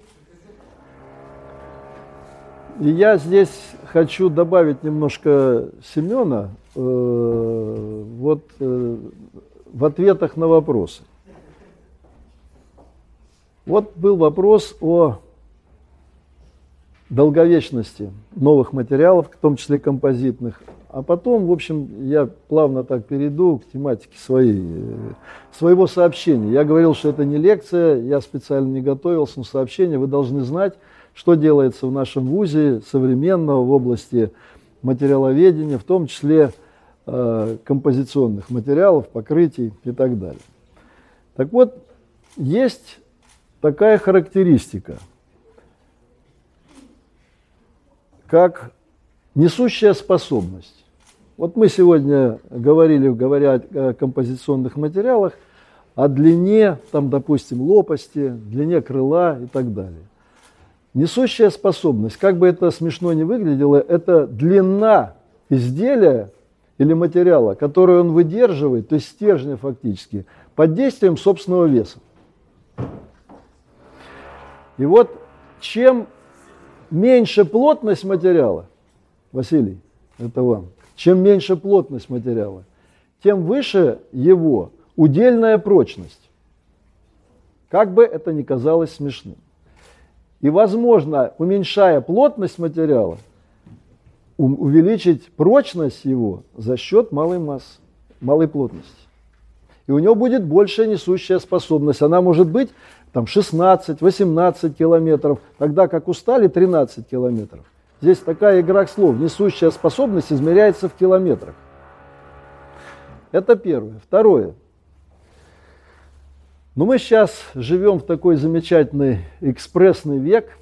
И я здесь хочу добавить немножко Семена в ответах на вопросы. Вот был вопрос о долговечности новых материалов, в том числе композитных. А потом, в общем, я плавно так перейду к тематике своего сообщения. Я говорил, что это не лекция, я специально не готовился, но сообщение. Вы должны знать, что делается в нашем вузе современного в области материаловедения, в том числе композиционных материалов, покрытий и так далее. Так вот, есть такая характеристика, как несущая способность. Вот мы сегодня говоря о композиционных материалах, о длине, там, допустим, лопасти, длине крыла и так далее. Несущая способность, как бы это смешно ни выглядело, это длина изделия или материала, который он выдерживает, то есть стержня фактически, под действием собственного веса. И вот чем меньше плотность материала, Василий, это вам, чем меньше плотность материала, тем выше его удельная прочность. Как бы это ни казалось смешным. И возможно, уменьшая плотность материала, увеличить прочность его за счет малой массы, малой плотности. И у него будет большая несущая способность. Она может быть там 16-18 километров, тогда как у стали 13 километров. Здесь такая игра слов. Несущая способность измеряется в километрах. Это первое. Второе. Но мы сейчас живем в такой замечательный экспрессный век,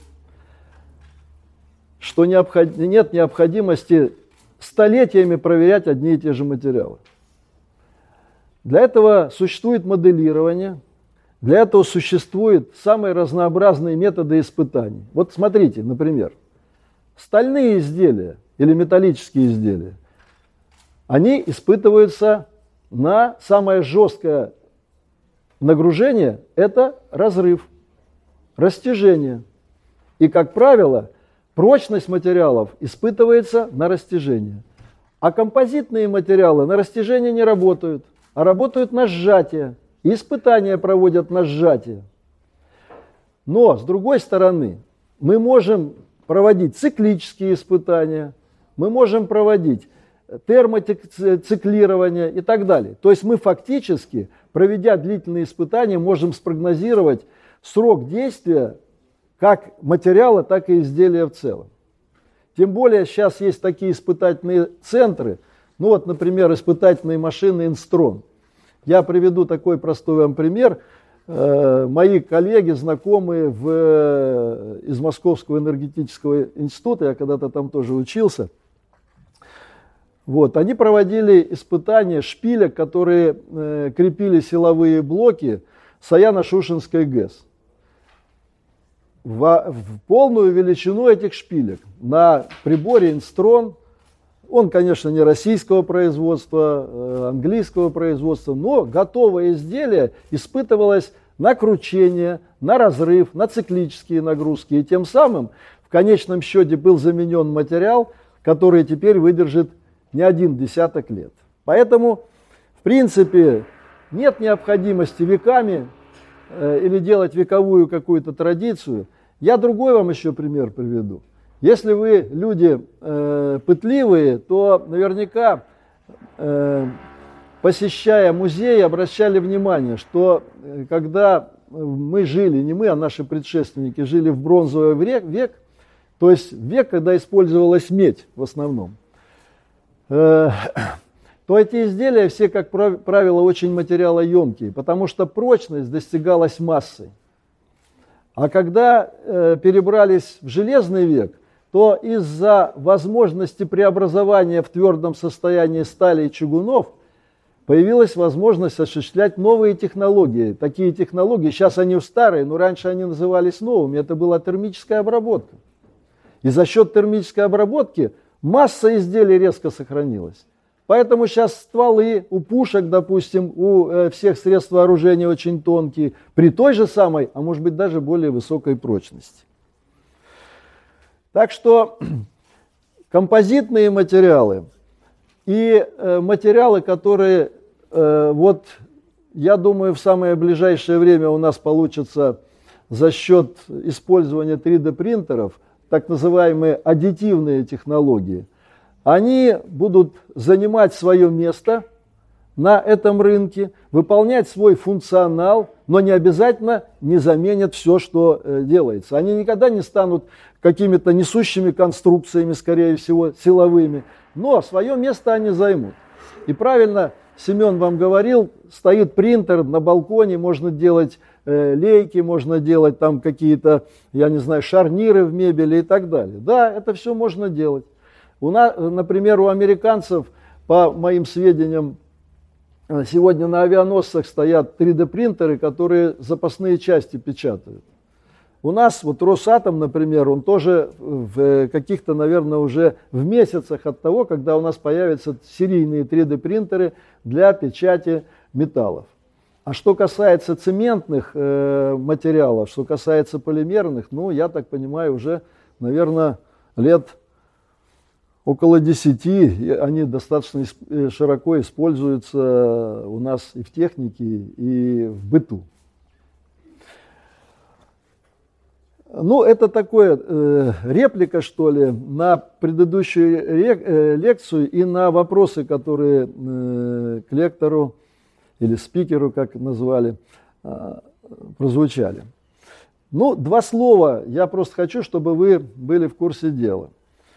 что нет необходимости столетиями проверять одни и те же материалы. Для этого существует моделирование, для этого существуют самые разнообразные методы испытаний. Вот смотрите, например, стальные изделия или металлические изделия, они испытываются на самое жесткое нагружение – это разрыв, растяжение. И, как правило, прочность материалов испытывается на растяжение. А композитные материалы на растяжение не работают, а работают на сжатие. И испытания проводят на сжатие. Но, с другой стороны, мы можем проводить циклические испытания, мы можем проводить термоциклирование и так далее. То есть мы фактически, проведя длительные испытания, можем спрогнозировать срок действия как материала, так и изделия в целом. Тем более сейчас есть такие испытательные центры, ну вот, например, испытательные машины Инстрон. Я приведу такой простой вам пример. Мои коллеги, знакомые из Московского энергетического института, я когда-то там тоже учился, вот, они проводили испытания шпилек, которые крепили силовые блоки Саяно-Шушенской ГЭС. В полную величину этих шпилек на приборе Инстрон. Он, конечно, не российского производства, английского производства, но готовое изделие испытывалось на кручение, на разрыв, на циклические нагрузки. И тем самым в конечном счете был заменен материал, который теперь выдержит не один десяток лет. Поэтому, в принципе, нет необходимости веками или делать вековую какую-то традицию. Я другой вам еще пример приведу. Если вы люди пытливые, то наверняка, посещая музеи, обращали внимание, что когда мы жили, не мы, а наши предшественники жили в бронзовый век, то есть век, когда использовалась медь в основном, то эти изделия все, как правило, очень материалоемкие, потому что прочность достигалась массой. А когда перебрались в железный век, то из-за возможности преобразования в твердом состоянии стали и чугунов появилась возможность осуществлять новые технологии. Такие технологии, сейчас они старые, но раньше они назывались новыми, это была термическая обработка. И за счет термической обработки масса изделий резко сохранилась. Поэтому сейчас стволы у пушек, допустим, у всех средств вооружения очень тонкие, при той же самой, а может быть даже более высокой прочности. Так что композитные материалы и материалы, которые, вот, я думаю, в самое ближайшее время у нас получится за счет использования 3D-принтеров, так называемые аддитивные технологии, они будут занимать свое место на этом рынке, выполнять свой функционал, но не обязательно не заменят все, что делается. Они никогда не станут какими-то несущими конструкциями, скорее всего, силовыми, но свое место они займут. И правильно Семен вам говорил, стоит принтер на балконе, можно делать лейки, можно делать там какие-то, я не знаю, шарниры в мебели и так далее. Да, это все можно делать. У нас, например, у американцев, по моим сведениям, сегодня на авианосцах стоят 3D-принтеры, которые запасные части печатают. У нас, вот Росатом, например, он тоже в каких-то, наверное, уже в месяцах от того, когда у нас появятся серийные 3D-принтеры для печати металлов. А что касается цементных материалов, что касается полимерных, ну, я так понимаю, уже, наверное, лет около 10, они достаточно широко используются у нас и в технике, и в быту. Ну, это такое реплика, что ли, на предыдущую лекцию и на вопросы, которые к лектору или спикеру, как назвали, прозвучали. Ну, два слова, я просто хочу, чтобы вы были в курсе дела.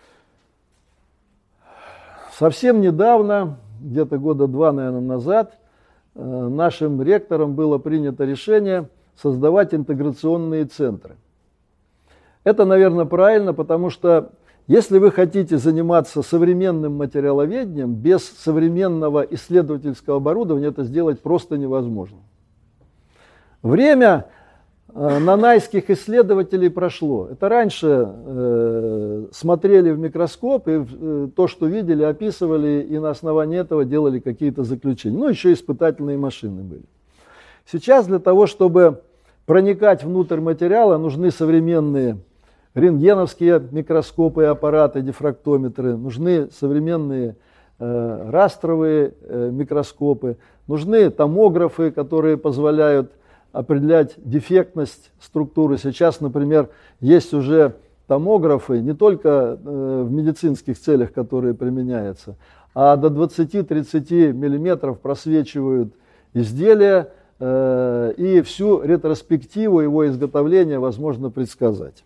Совсем недавно, где-то года два, наверное, назад, нашим ректором было принято решение создавать интеграционные центры. Это, наверное, правильно, потому что если вы хотите заниматься современным материаловедением, без современного исследовательского оборудования это сделать просто невозможно. Время нанайских исследователей прошло. Это раньше смотрели в микроскоп и то, что видели, описывали, и на основании этого делали какие-то заключения. Ну, еще испытательные машины были. Сейчас для того, чтобы проникать внутрь материала, нужны современные рентгеновские микроскопы, аппараты, дифрактометры, нужны современные растровые микроскопы, нужны томографы, которые позволяют определять дефектность структуры. Сейчас, например, есть уже томографы не только в медицинских целях, которые применяются, а до 20-30 миллиметров просвечивают изделия, и всю ретроспективу его изготовления возможно предсказать.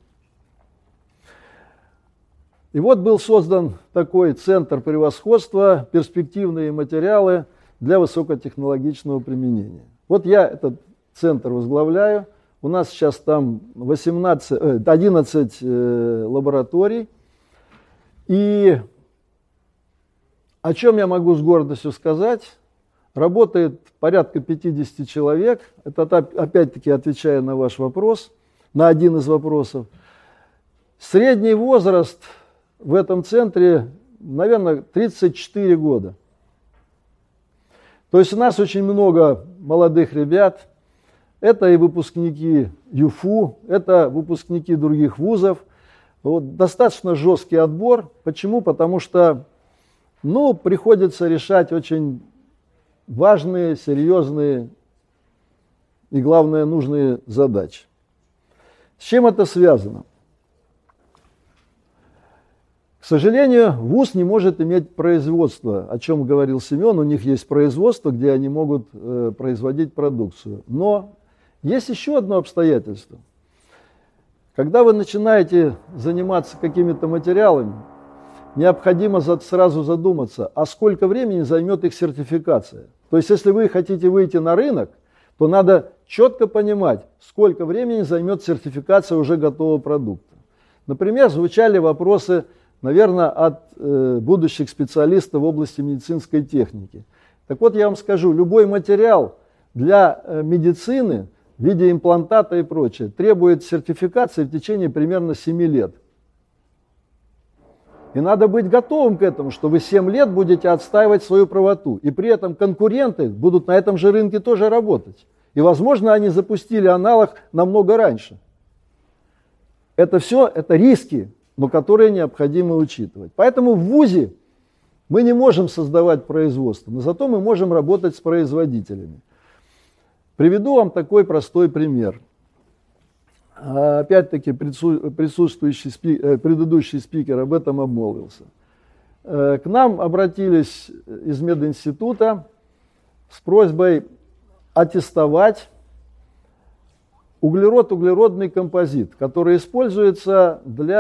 И вот был создан такой центр превосходства, перспективные материалы для высокотехнологичного применения. Вот я этот центр возглавляю. У нас сейчас там 11 лабораторий. И о чем я могу с гордостью сказать? Работает порядка 50 человек. Это опять-таки отвечая на ваш вопрос, на один из вопросов. Средний возраст в этом центре, наверное, 34 года. То есть у нас очень много молодых ребят. Это и выпускники ЮФУ, это выпускники других вузов. Вот, достаточно жесткий отбор. Почему? Потому что приходится решать очень важные, серьезные и, главное, нужные задачи. С чем это связано? К сожалению, вуз не может иметь производство, о чем говорил Семен. У них есть производство, где они могут производить продукцию. Но есть еще одно обстоятельство. Когда вы начинаете заниматься какими-то материалами, необходимо сразу задуматься, а сколько времени займет их сертификация. То есть, если вы хотите выйти на рынок, то надо четко понимать, сколько времени займет сертификация уже готового продукта. Например, звучали вопросы, наверное, от будущих специалистов в области медицинской техники. Так вот, я вам скажу, любой материал для медицины в виде имплантата и прочее требует сертификации в течение примерно 7 лет. И надо быть готовым к этому, что вы 7 лет будете отстаивать свою правоту. И при этом конкуренты будут на этом же рынке тоже работать. И, возможно, они запустили аналог намного раньше. Это все, это риски, но которые необходимо учитывать. Поэтому в ВУЗе мы не можем создавать производство, но зато мы можем работать с производителями. Приведу вам такой простой пример. Опять-таки предыдущий спикер об этом обмолвился. К нам обратились из мединститута с просьбой аттестовать углеродный композит, который используется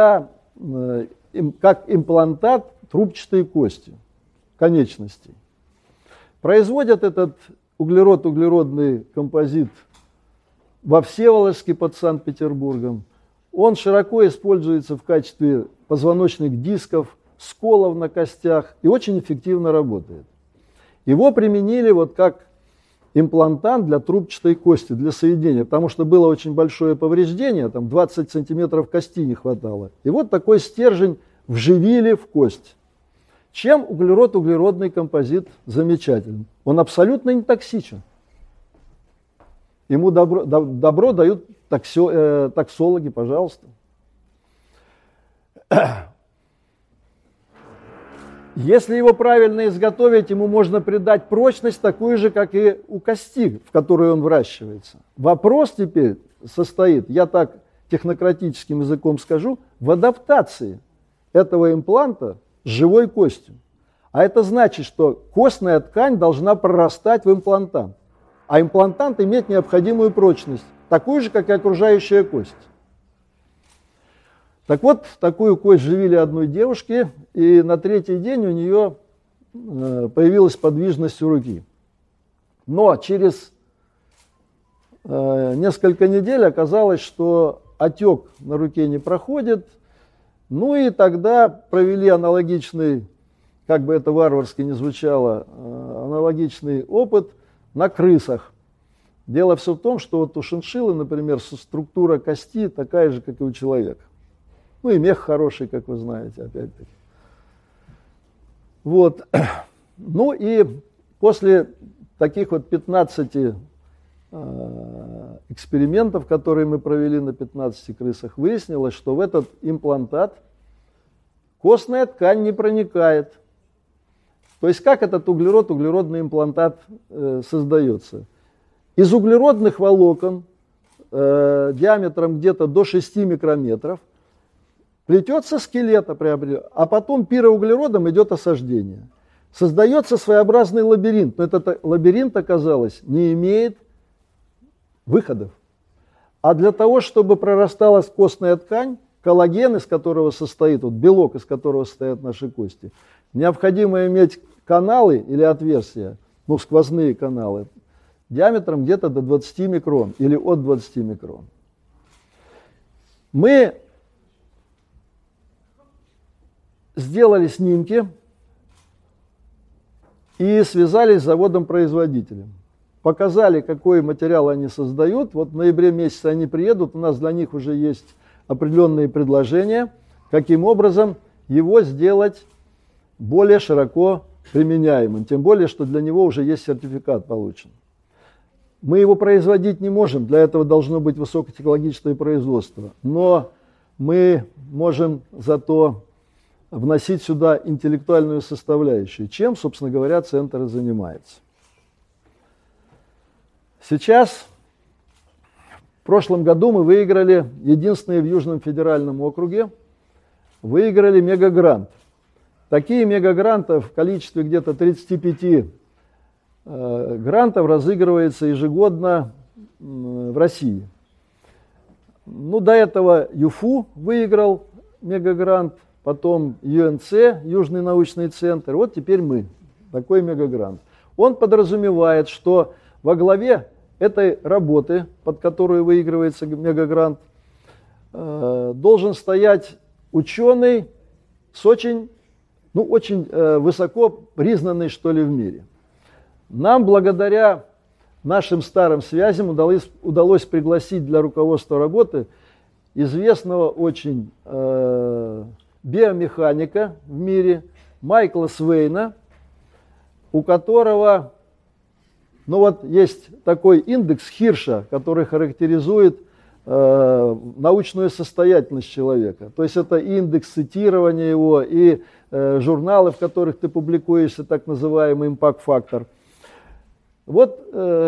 как имплантат трубчатой кости конечностей. Производят этот углеродный композит во Всеволожске под Санкт-Петербургом. Он широко используется в качестве позвоночных дисков, сколов на костях и очень эффективно работает. Его применили как имплантант для трубчатой кости, для соединения, потому что было очень большое повреждение, там 20 сантиметров кости не хватало. И вот такой стержень вживили в кость. Чем углеродный композит замечателен? Он абсолютно не токсичен. Ему добро дают таксологи, пожалуйста. Если его правильно изготовить, ему можно придать прочность такую же, как и у кости, в которой он выращивается. Вопрос теперь состоит, я так технократическим языком скажу, в адаптации этого импланта с живой костью. А это значит, что костная ткань должна прорастать в имплантант. А имплантант имеет необходимую прочность, такую же, как и окружающая кость. Так вот, такую кость вживили одной девушке, и на третий день у нее появилась подвижность у руки. Но через несколько недель оказалось, что отек на руке не проходит. Ну и тогда провели аналогичный, как бы это варварски ни звучало, аналогичный опыт на крысах. Дело все в том, что вот у шиншиллы, например, структура кости такая же, как и у человека. Ну и мех хороший, как вы знаете, опять-таки. Вот. Ну и после таких вот 15 экспериментов, которые мы провели на 15 крысах, выяснилось, что в этот имплантат костная ткань не проникает. То есть как этот углеродный имплантат создается? Из углеродных волокон диаметром где-то до 6 микрометров плетется скелет, а потом пироуглеродом идет осаждение. Создается своеобразный лабиринт, но этот лабиринт, оказалось, не имеет выходов. А для того, чтобы прорастала костная ткань, коллаген, из которого состоит, вот белок, из которого состоят наши кости, необходимо иметь каналы или отверстия, ну, сквозные каналы, диаметром где-то до 20 микрон или от 20 микрон. Мы сделали снимки и связались с заводом-производителем. Показали, какой материал они создают. Вот в ноябре месяце они приедут, у нас для них уже есть определенные предложения, каким образом его сделать более широко применяемым. Тем более, что для него уже есть сертификат получен. Мы его производить не можем, для этого должно быть высокотехнологичное производство. Но мы можем зато вносить сюда интеллектуальную составляющую, чем, собственно говоря, центр и занимается. Сейчас, в прошлом году мы выиграли, единственные в Южном федеральном округе, выиграли мегагрант. Такие мегагранты в количестве где-то 35 грантов разыгрывается ежегодно в России. Ну, до этого ЮФУ выиграл мегагрант, потом ЮНЦ, Южный научный центр, вот теперь мы, такой мегагрант. Он подразумевает, что во главе этой работы, под которую выигрывается мегагрант, должен стоять ученый с очень высоко признанный, что ли, в мире. Нам, благодаря нашим старым связям, удалось пригласить для руководства работы известного очень биомеханика в мире Майкла Свейна, у которого есть такой индекс Хирша, который характеризует научную состоятельность человека. То есть это индекс цитирования его и журналы, в которых ты публикуешься, так называемый импакт-фактор. Вот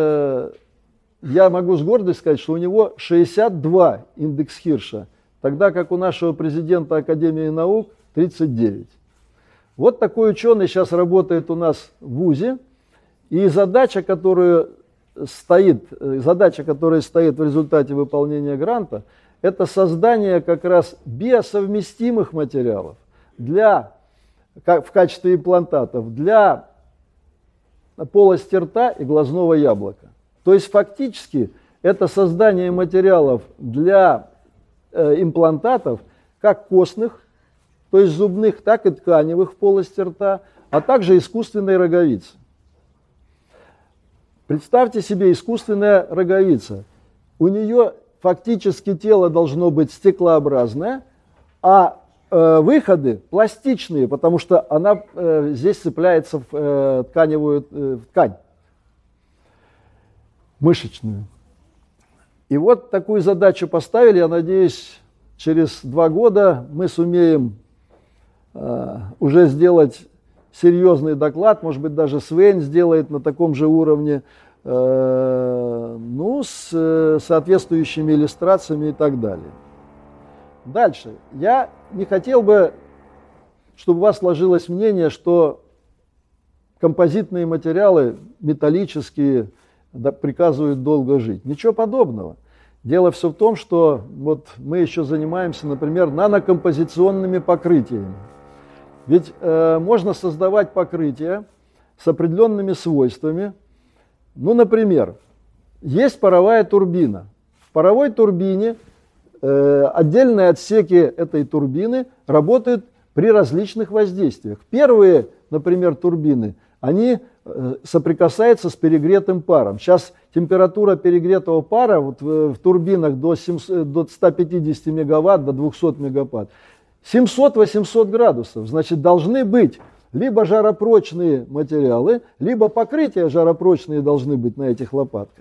я могу с гордостью сказать, что у него 62 индекс Хирша, тогда как у нашего президента Академии наук 39. Вот такой ученый сейчас работает у нас в ВУЗе, и задача, которая стоит в результате выполнения гранта, это создание как раз биосовместимых материалов в качестве имплантатов для полости рта и глазного яблока. То есть фактически это создание материалов для имплантатов как костных, то есть зубных, так и тканевых в полости рта, а также искусственной роговицы. Представьте себе искусственная роговица. У нее фактически тело должно быть стеклообразное, а выходы пластичные, потому что она здесь цепляется в ткань мышечную. И вот такую задачу поставили. Я надеюсь, через 2 года мы сумеем уже сделать серьезный доклад, может быть, даже Свейн сделает на таком же уровне, с соответствующими иллюстрациями и так далее. Дальше. Я не хотел бы, чтобы у вас сложилось мнение, что композитные материалы, металлические, приказывают долго жить. Ничего подобного. Дело все в том, что вот мы еще занимаемся, например, нанокомпозиционными покрытиями. Ведь можно создавать покрытия с определенными свойствами. Ну, например, есть паровая турбина. В паровой турбине отдельные отсеки этой турбины работают при различных воздействиях. Первые, например, турбины, они соприкасаются с перегретым паром. Сейчас температура перегретого пара вот в турбинах до 150 мегаватт, до 200 мегаватт. 700-800 градусов. Значит, должны быть либо жаропрочные материалы, либо покрытия жаропрочные должны быть на этих лопатках.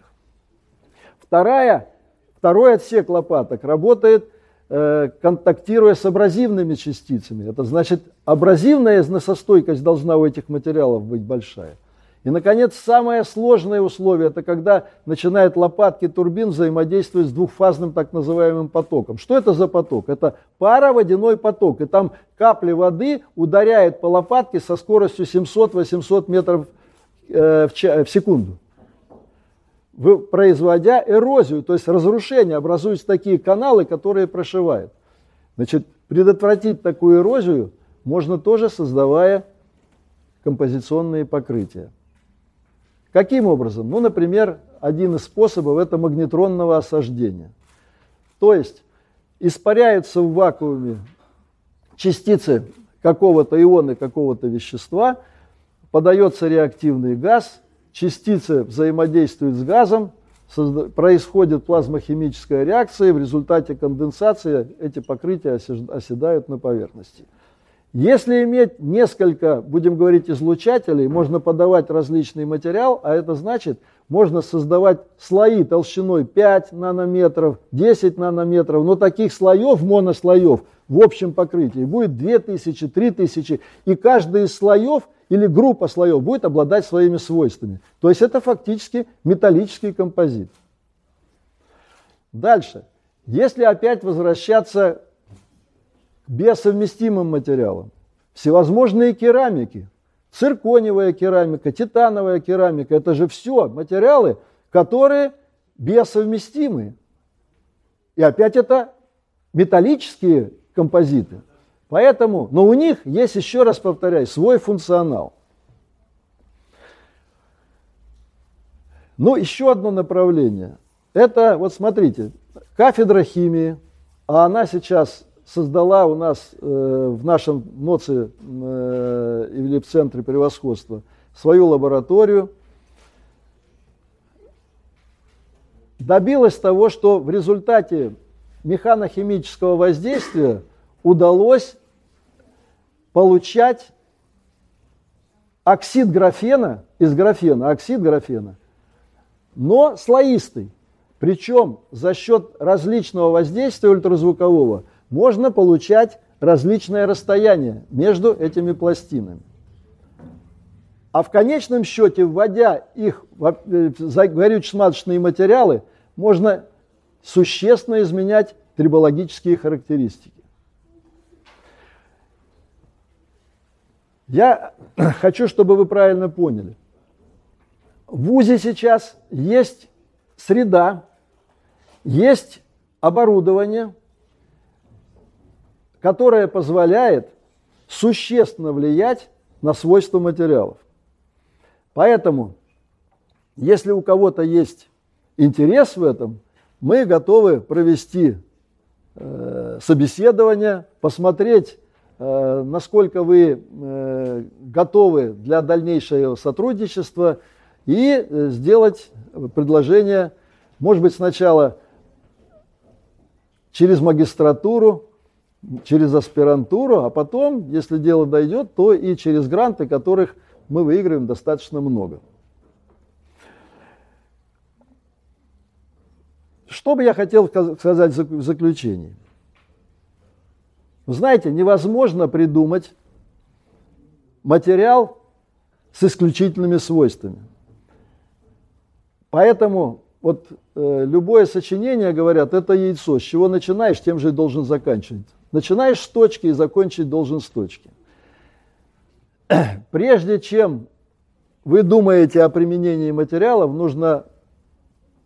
Второй отсек лопаток работает, контактируя с абразивными частицами. Это значит, абразивная износостойкость должна у этих материалов быть большая. И, наконец, самое сложное условие – это когда начинают лопатки турбин взаимодействовать с двухфазным так называемым потоком. Что это за поток? Это пароводяной поток. И там капли воды ударяют по лопатке со скоростью 700-800 метров в секунду, производя эрозию, то есть разрушение. Образуются такие каналы, которые прошивают. Значит, предотвратить такую эрозию можно тоже, создавая композиционные покрытия. Каким образом? Ну, например, один из способов – это магнетронного осаждения. То есть испаряются в вакууме частицы какого-то иона, какого-то вещества, подается реактивный газ, частицы взаимодействуют с газом, происходит плазмохимическая реакция, и в результате конденсации эти покрытия оседают на поверхности. Если иметь несколько, будем говорить, излучателей, можно подавать различный материал, а это значит, можно создавать слои толщиной 5 нанометров, 10 нанометров, но таких слоев, монослоев в общем покрытии будет 2000, 3000, и каждый из слоев или группа слоев будет обладать своими свойствами. То есть это фактически металлический композит. Дальше. Если опять возвращаться к биосовместимым материалам, всевозможные керамики, циркониевая керамика, титановая керамика, это же все материалы, которые биосовместимы. И опять это металлические композиты. Поэтому, но у них есть, еще раз повторяю, свой функционал. Ну, еще одно направление. Это, вот смотрите, кафедра химии, а она сейчас создала у нас в нашем НОЦе или в Центре превосходства свою лабораторию. Добилась того, что в результате механохимического воздействия удалось получать оксид графена, из графена, оксид графена, но слоистый. Причем за счет различного воздействия ультразвукового можно получать различное расстояние между этими пластинами. А в конечном счете, вводя их в горюче-смазочные материалы, можно существенно изменять трибологические характеристики. Я хочу, чтобы вы правильно поняли. В ВУЗе сейчас есть среда, есть оборудование, которое позволяет существенно влиять на свойства материалов. Поэтому, если у кого-то есть интерес в этом, мы готовы провести собеседование, посмотреть, насколько вы готовы для дальнейшего сотрудничества и сделать предложение, может быть, сначала через магистратуру, через аспирантуру, а потом, если дело дойдет, то и через гранты, которых мы выиграем достаточно много. Что бы я хотел сказать в заключении? Вы знаете, невозможно придумать материал с исключительными свойствами. Поэтому вот любое сочинение, говорят, это яйцо. С чего начинаешь, тем же и должен заканчивать. Начинаешь с точки и закончить должен с точки. Прежде чем вы думаете о применении материалов, нужно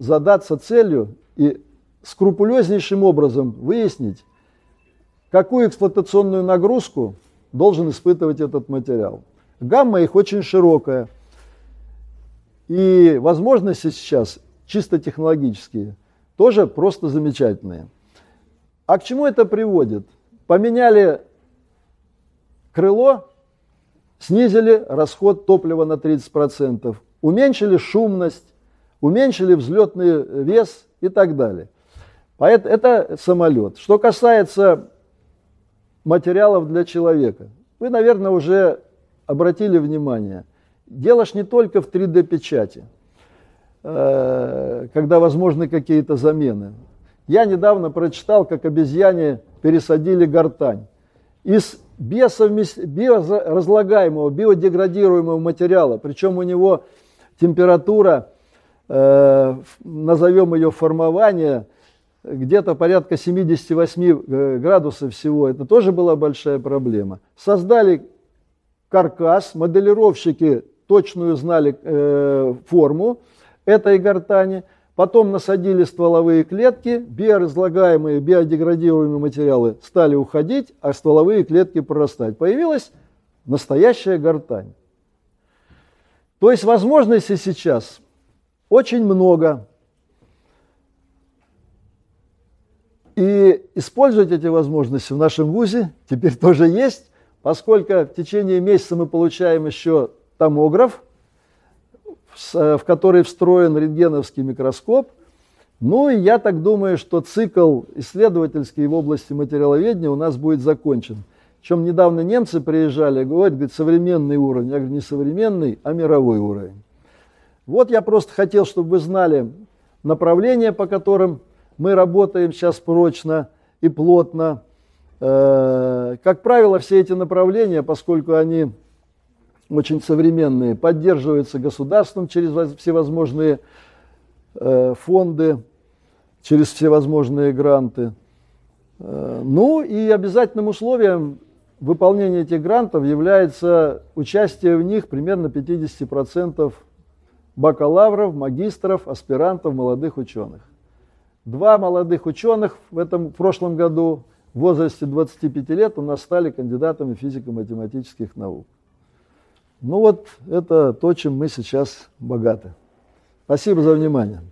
задаться целью и скрупулезнейшим образом выяснить, какую эксплуатационную нагрузку должен испытывать этот материал. Гамма их очень широкая. И возможности сейчас чисто технологические тоже просто замечательные. А к чему это приводит? Поменяли крыло, снизили расход топлива на 30%, уменьшили шумность, уменьшили взлетный вес и так далее. Это самолет. Что касается материалов для человека, вы, наверное, уже обратили внимание, дело ж не только в 3D-печати, когда возможны какие-то замены. Я недавно прочитал, как обезьяне пересадили гортань. Из биоразлагаемого, биодеградируемого материала, причем у него температура, назовем ее формование, где-то порядка 78 градусов всего, это тоже была большая проблема. Создали каркас, моделировщики точную знали форму этой гортани, потом насадили стволовые клетки, биоразлагаемые, биодеградируемые материалы стали уходить, а стволовые клетки прорастать. Появилась настоящая гортань. То есть возможностей сейчас очень много. И использовать эти возможности в нашем вузе теперь тоже есть, поскольку в течение месяца мы получаем еще томограф, в который встроен рентгеновский микроскоп. Ну и я так думаю, что цикл исследовательский в области материаловедения у нас будет закончен. Причем недавно немцы приезжали, говорят, современный уровень. Я говорю, не современный, а мировой уровень. Вот я просто хотел, чтобы вы знали направления, по которым мы работаем сейчас прочно и плотно. Как правило, все эти направления, поскольку они очень современные, поддерживаются государством через всевозможные фонды, через всевозможные гранты. Ну и обязательным условием выполнения этих грантов является участие в них примерно 50% бакалавров, магистров, аспирантов, молодых ученых. 2 молодых ученых в прошлом году в возрасте 25 лет у нас стали кандидатами физико-математических наук. Ну вот это то, чем мы сейчас богаты. Спасибо за внимание.